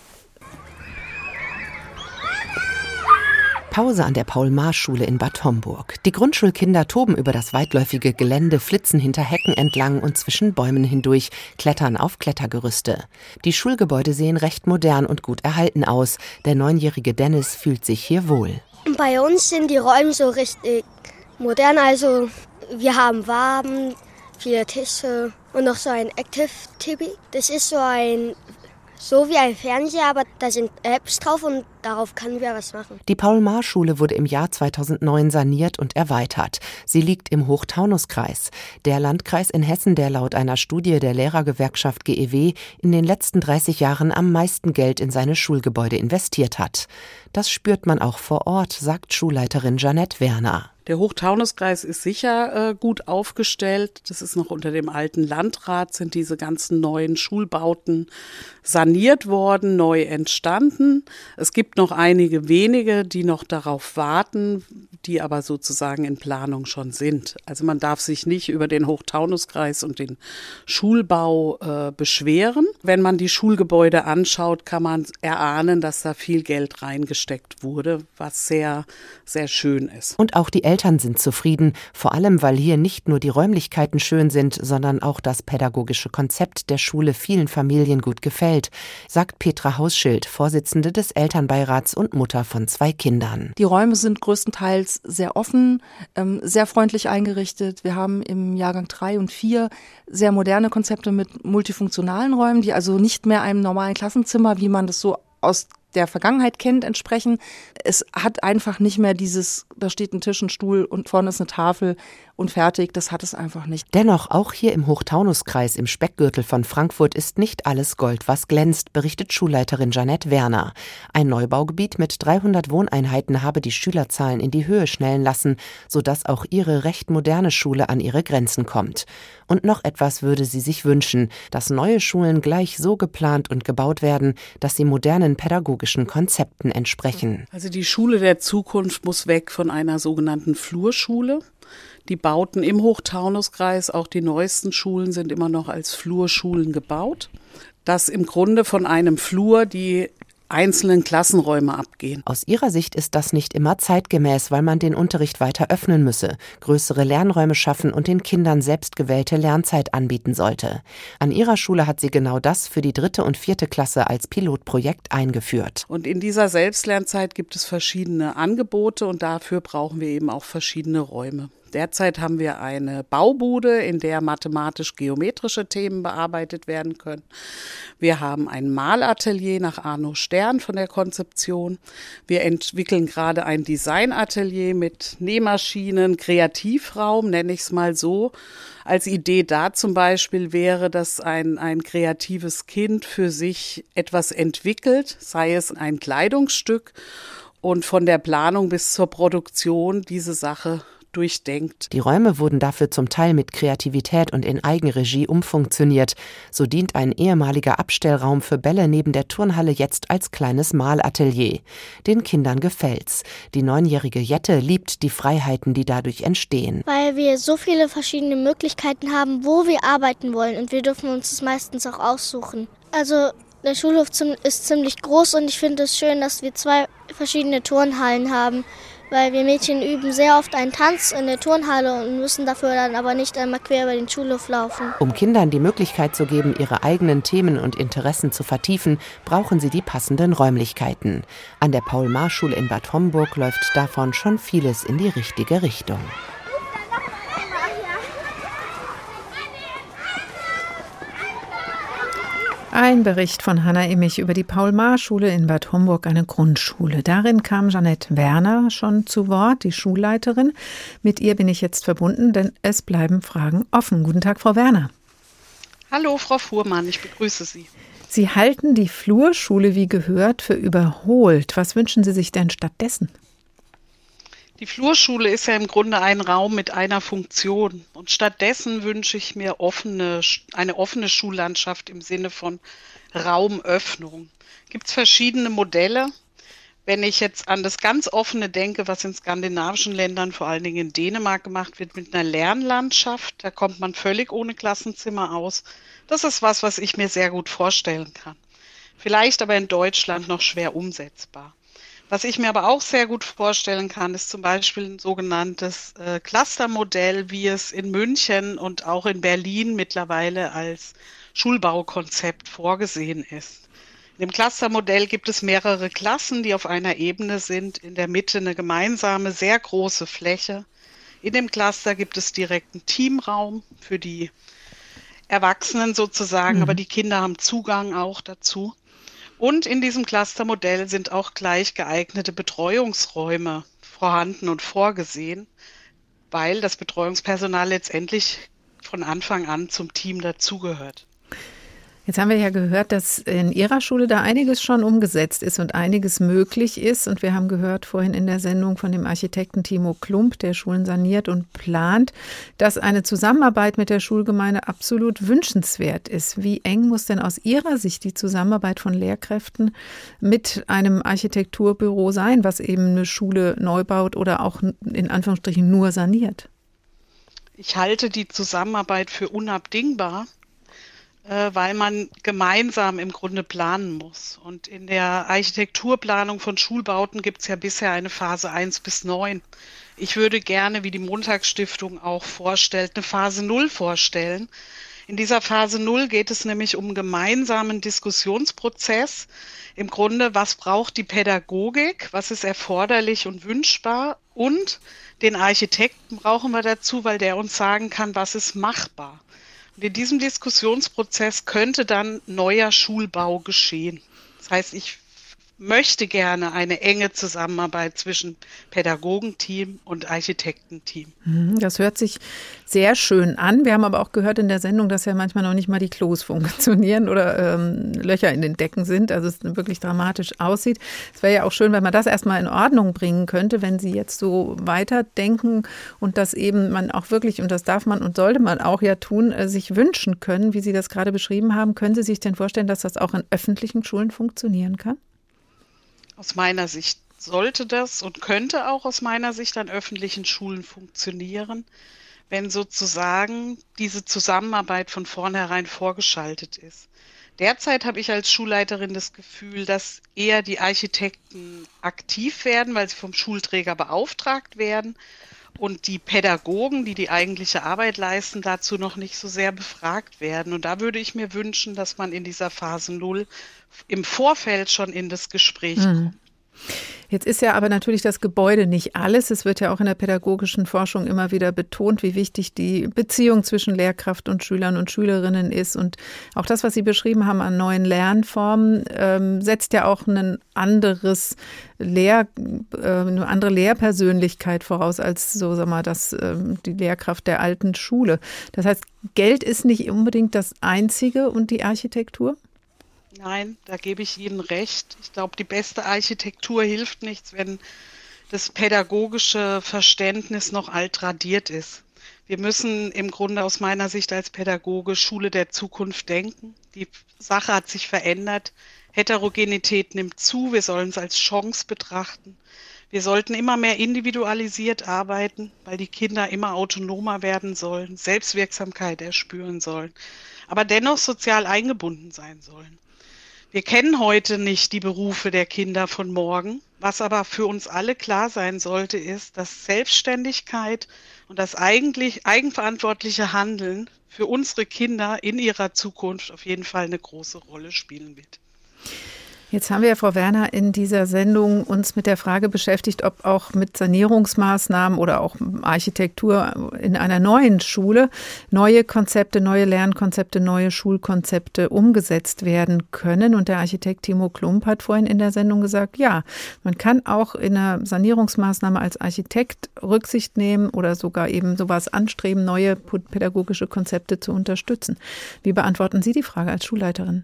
P: Pause an der Paul-Marsch-Schule in Bad Homburg. Die Grundschulkinder toben über das weitläufige Gelände, flitzen hinter Hecken entlang und zwischen Bäumen hindurch, klettern auf Klettergerüste. Die Schulgebäude sehen recht modern und gut erhalten aus. Der neunjährige Dennis fühlt sich hier wohl.
A: Bei uns sind die Räume so richtig modern, also wir haben Waben, viele Tische und noch so ein Active-T V. Das ist so ein, so wie ein Fernseher, aber da sind Apps drauf und darauf können wir was machen.
P: Die Paul-Marsch-Schule wurde im Jahr zweitausendneun saniert und erweitert. Sie liegt im Hochtaunuskreis. Der Landkreis in Hessen, der laut einer Studie der Lehrergewerkschaft G E W in den letzten dreißig Jahren am meisten Geld in seine Schulgebäude investiert hat. Das spürt man auch vor Ort, sagt Schulleiterin Jeanette Werner.
C: Der Hochtaunuskreis ist sicher äh, gut aufgestellt. Das ist noch unter dem alten Landrat, sind diese ganzen neuen Schulbauten saniert worden, neu entstanden. Es gibt noch einige wenige, die noch darauf warten, die aber sozusagen in Planung schon sind. Also man darf sich nicht über den Hochtaunuskreis und den Schulbau äh, beschweren. Wenn man die Schulgebäude anschaut, kann man erahnen, dass da viel Geld reingesteckt wurde, was sehr, sehr schön ist.
P: Und auch die Eltern sind zufrieden, vor allem weil hier nicht nur die Räumlichkeiten schön sind, sondern auch das pädagogische Konzept der Schule vielen Familien gut gefällt, sagt Petra Hausschild, Vorsitzende des Elternbeirats und Mutter von zwei Kindern.
J: Die Räume sind größtenteils
H: jeweils sehr offen, ähm, sehr freundlich eingerichtet. Wir haben im Jahrgang drei und vier sehr moderne Konzepte mit multifunktionalen Räumen, die also nicht mehr einem normalen Klassenzimmer, wie man das so aus der Vergangenheit kennt, entsprechen. Es hat einfach nicht mehr dieses, da steht ein Tisch, ein Stuhl und vorne ist eine Tafel und fertig. Das hat es einfach nicht.
P: Dennoch, auch hier im Hochtaunuskreis im Speckgürtel von Frankfurt ist nicht alles Gold, was glänzt, berichtet Schulleiterin Jeanette Werner. Ein Neubaugebiet mit dreihundert Wohneinheiten habe die Schülerzahlen in die Höhe schnellen lassen, sodass auch ihre recht moderne Schule an ihre Grenzen kommt. Und noch etwas würde sie sich wünschen, dass neue Schulen gleich so geplant und gebaut werden, dass sie modernen pädagogischen Konzepten entsprechen.
C: Also die Schule der Zukunft muss weg von einer sogenannten Flurschule. Die Bauten im Hochtaunuskreis, auch die neuesten Schulen, sind immer noch als Flurschulen gebaut. Dass im Grunde von einem Flur die einzelnen Klassenräume abgehen.
P: Aus ihrer Sicht ist das nicht immer zeitgemäß, weil man den Unterricht weiter öffnen müsse, größere Lernräume schaffen und den Kindern selbstgewählte Lernzeit anbieten sollte. An ihrer Schule hat sie genau das für die dritte und vierte Klasse als Pilotprojekt eingeführt.
C: Und in dieser Selbstlernzeit gibt es verschiedene Angebote und dafür brauchen wir eben auch verschiedene Räume. Derzeit haben wir eine Baubude, in der mathematisch-geometrische Themen bearbeitet werden können. Wir haben ein Malatelier nach Arno Stern von der Konzeption. Wir entwickeln gerade ein Designatelier mit Nähmaschinen, Kreativraum, nenne ich es mal so. Als Idee da zum Beispiel wäre, dass ein, ein kreatives Kind für sich etwas entwickelt, sei es ein Kleidungsstück, und von der Planung bis zur Produktion diese Sache durchdenkt.
P: Die Räume wurden dafür zum Teil mit Kreativität und in Eigenregie umfunktioniert. So dient ein ehemaliger Abstellraum für Bälle neben der Turnhalle jetzt als kleines Malatelier. Den Kindern gefällt's. Die neunjährige Jette liebt die Freiheiten, die dadurch entstehen.
K: Weil wir so viele verschiedene Möglichkeiten haben, wo wir arbeiten wollen, und wir dürfen uns das meistens auch aussuchen. Also der Schulhof ist ziemlich groß und ich finde es schön, dass wir zwei verschiedene Turnhallen haben. Weil wir Mädchen üben sehr oft einen Tanz in der Turnhalle und müssen dafür dann aber nicht einmal quer über den Schulhof laufen.
P: Um Kindern die Möglichkeit zu geben, ihre eigenen Themen und Interessen zu vertiefen, brauchen sie die passenden Räumlichkeiten. An der Paul-Marr-Schule in Bad Homburg läuft davon schon vieles in die richtige Richtung.
B: Ein Bericht von Hanna Immich über die Paul-Marr-Schule in Bad Homburg, eine Grundschule. Darin kam Jeanette Werner schon zu Wort, die Schulleiterin. Mit ihr bin ich jetzt verbunden, denn es bleiben Fragen offen. Guten Tag, Frau Werner.
C: Hallo, Frau Fuhrmann, ich begrüße Sie.
B: Sie halten die Flurschule wie gehört für überholt. Was wünschen Sie sich denn stattdessen?
C: Die Flurschule ist ja im Grunde ein Raum mit einer Funktion. Und stattdessen wünsche ich mir offene, eine offene Schullandschaft im Sinne von Raumöffnung. Gibt es verschiedene Modelle. Wenn ich jetzt an das ganz Offene denke, was in skandinavischen Ländern, vor allen Dingen in Dänemark gemacht wird, mit einer Lernlandschaft, da kommt man völlig ohne Klassenzimmer aus. Das ist was, was ich mir sehr gut vorstellen kann. Vielleicht aber in Deutschland noch schwer umsetzbar. Was ich mir aber auch sehr gut vorstellen kann, ist zum Beispiel ein sogenanntes äh, Clustermodell, wie es in München und auch in Berlin mittlerweile als Schulbaukonzept vorgesehen ist. In dem Clustermodell gibt es mehrere Klassen, die auf einer Ebene sind, in der Mitte eine gemeinsame, sehr große Fläche. In dem Cluster gibt es direkt einen Teamraum für die Erwachsenen sozusagen, mhm. aber die Kinder haben Zugang auch dazu. Und in diesem Clustermodell sind auch gleich geeignete Betreuungsräume vorhanden und vorgesehen, weil das Betreuungspersonal letztendlich von Anfang an zum Team dazugehört.
B: Jetzt haben wir ja gehört, dass in Ihrer Schule da einiges schon umgesetzt ist und einiges möglich ist. Und wir haben gehört vorhin in der Sendung von dem Architekten Timo Klump, der Schulen saniert und plant, dass eine Zusammenarbeit mit der Schulgemeinde absolut wünschenswert ist. Wie eng muss denn aus Ihrer Sicht die Zusammenarbeit von Lehrkräften mit einem Architekturbüro sein, was eben eine Schule neu baut oder auch in Anführungsstrichen nur saniert?
C: Ich halte die Zusammenarbeit für unabdingbar, weil man gemeinsam im Grunde planen muss. Und in der Architekturplanung von Schulbauten gibt es ja bisher eine Phase eins bis neun. Ich würde gerne, wie die Montagsstiftung auch vorstellt, eine Phase null vorstellen, In dieser Phase null geht es nämlich um gemeinsamen Diskussionsprozess. Im Grunde, was braucht die Pädagogik, was ist erforderlich und wünschbar, und den Architekten brauchen wir dazu, weil der uns sagen kann, was ist machbar. Und in diesem Diskussionsprozess könnte dann neuer Schulbau geschehen. Das heißt, ich möchte gerne eine enge Zusammenarbeit zwischen Pädagogenteam und Architektenteam.
B: Das hört sich sehr schön an. Wir haben aber auch gehört in der Sendung, dass ja manchmal noch nicht mal die Klos funktionieren oder ähm, Löcher in den Decken sind, also es wirklich dramatisch aussieht. Es wäre ja auch schön, wenn man das erstmal in Ordnung bringen könnte, wenn Sie jetzt so weiterdenken und das eben man auch wirklich, und das darf man und sollte man auch ja tun, äh, sich wünschen können, wie Sie das gerade beschrieben haben. Können Sie sich denn vorstellen, dass das auch in öffentlichen Schulen funktionieren kann?
C: Aus meiner Sicht sollte das und könnte auch aus meiner Sicht an öffentlichen Schulen funktionieren, wenn sozusagen diese Zusammenarbeit von vornherein vorgeschaltet ist. Derzeit habe ich als Schulleiterin das Gefühl, dass eher die Architekten aktiv werden, weil sie vom Schulträger beauftragt werden, und die Pädagogen, die die eigentliche Arbeit leisten, dazu noch nicht so sehr befragt werden. Und da würde ich mir wünschen, dass man in dieser Phase null im Vorfeld schon in das Gespräch kommt.
B: Mhm. Jetzt ist ja aber natürlich das Gebäude nicht alles. Es wird ja auch in der pädagogischen Forschung immer wieder betont, wie wichtig die Beziehung zwischen Lehrkraft und Schülern und Schülerinnen ist. Und auch das, was Sie beschrieben haben an neuen Lernformen, ähm, setzt ja auch ein anderes Lehr, äh, eine andere Lehrpersönlichkeit voraus als so, sag mal, das, äh, die Lehrkraft der alten Schule. Das heißt, Geld ist nicht unbedingt das Einzige und die Architektur?
C: Nein, da gebe ich Ihnen recht. Ich glaube, die beste Architektur hilft nichts, wenn das pädagogische Verständnis noch altradiert ist. Wir müssen im Grunde aus meiner Sicht als Pädagoge Schule der Zukunft denken. Die Sache hat sich verändert. Heterogenität nimmt zu. Wir sollen es als Chance betrachten. Wir sollten immer mehr individualisiert arbeiten, weil die Kinder immer autonomer werden sollen, Selbstwirksamkeit erspüren sollen, aber dennoch sozial eingebunden sein sollen. Wir kennen heute nicht die Berufe der Kinder von morgen. Was aber für uns alle klar sein sollte, ist, dass Selbstständigkeit und das eigentlich eigenverantwortliche Handeln für unsere Kinder in ihrer Zukunft auf jeden Fall eine große Rolle spielen wird.
B: Jetzt haben wir, Frau Werner, in dieser Sendung uns mit der Frage beschäftigt, ob auch mit Sanierungsmaßnahmen oder auch Architektur in einer neuen Schule neue Konzepte, neue Lernkonzepte, neue Schulkonzepte umgesetzt werden können. Und der Architekt Timo Klump hat vorhin in der Sendung gesagt, ja, man kann auch in einer Sanierungsmaßnahme als Architekt Rücksicht nehmen oder sogar eben sowas anstreben, neue pädagogische Konzepte zu unterstützen. Wie beantworten Sie die Frage als Schulleiterin?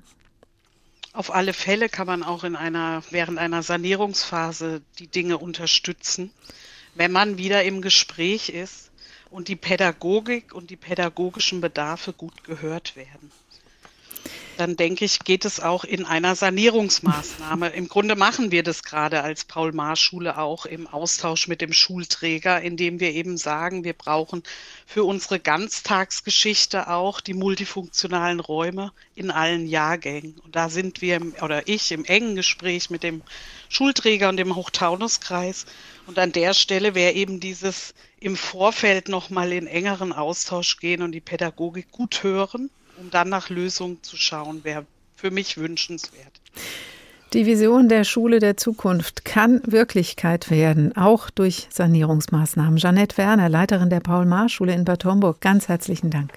C: Auf alle Fälle kann man auch in einer, während einer Sanierungsphase die Dinge unterstützen, wenn man wieder im Gespräch ist und die Pädagogik und die pädagogischen Bedarfe gut gehört werden. Dann denke ich, geht es auch in einer Sanierungsmaßnahme. Im Grunde machen wir das gerade als Paul-Marsch-Schule auch im Austausch mit dem Schulträger, indem wir eben sagen, wir brauchen für unsere Ganztagsgeschichte auch die multifunktionalen Räume in allen Jahrgängen. Und da sind wir, oder ich, im engen Gespräch mit dem Schulträger und dem Hochtaunuskreis. Und an der Stelle wäre eben dieses im Vorfeld nochmal in engeren Austausch gehen und die Pädagogik gut hören, um dann nach Lösungen zu schauen, wäre für mich wünschenswert.
B: Die Vision der Schule der Zukunft kann Wirklichkeit werden, auch durch Sanierungsmaßnahmen. Jeanette Werner, Leiterin der Paul-Marsch-Schule in Bad Homburg, ganz herzlichen Dank.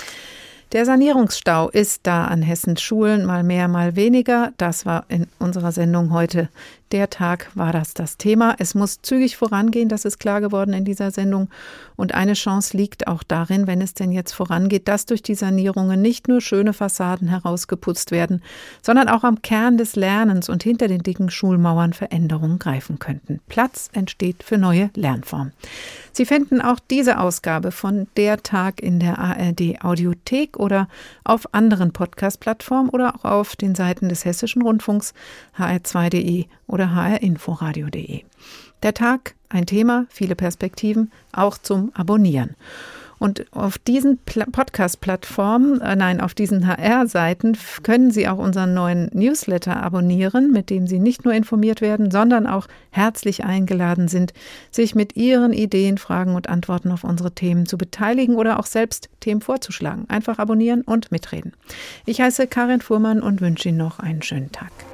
B: Der Sanierungsstau ist da an Hessens Schulen, mal mehr, mal weniger. Das war in unserer Sendung heute. Der Tag war das das Thema. Es muss zügig vorangehen, das ist klar geworden in dieser Sendung. Und eine Chance liegt auch darin, wenn es denn jetzt vorangeht, dass durch die Sanierungen nicht nur schöne Fassaden herausgeputzt werden, sondern auch am Kern des Lernens und hinter den dicken Schulmauern Veränderungen greifen könnten. Platz entsteht für neue Lernformen. Sie finden auch diese Ausgabe von Der Tag in der A R D Audiothek oder auf anderen Podcast-Plattformen oder auch auf den Seiten des Hessischen Rundfunks h r zwei punkt de oder h r inforadio punkt de. Der Tag, ein Thema, viele Perspektiven, auch zum Abonnieren. Und auf diesen Pl- Podcast-Plattformen, äh, nein, auf diesen H R-Seiten können Sie auch unseren neuen Newsletter abonnieren, mit dem Sie nicht nur informiert werden, sondern auch herzlich eingeladen sind, sich mit Ihren Ideen, Fragen und Antworten auf unsere Themen zu beteiligen oder auch selbst Themen vorzuschlagen. Einfach abonnieren und mitreden. Ich heiße Karin Fuhrmann und wünsche Ihnen noch einen schönen Tag.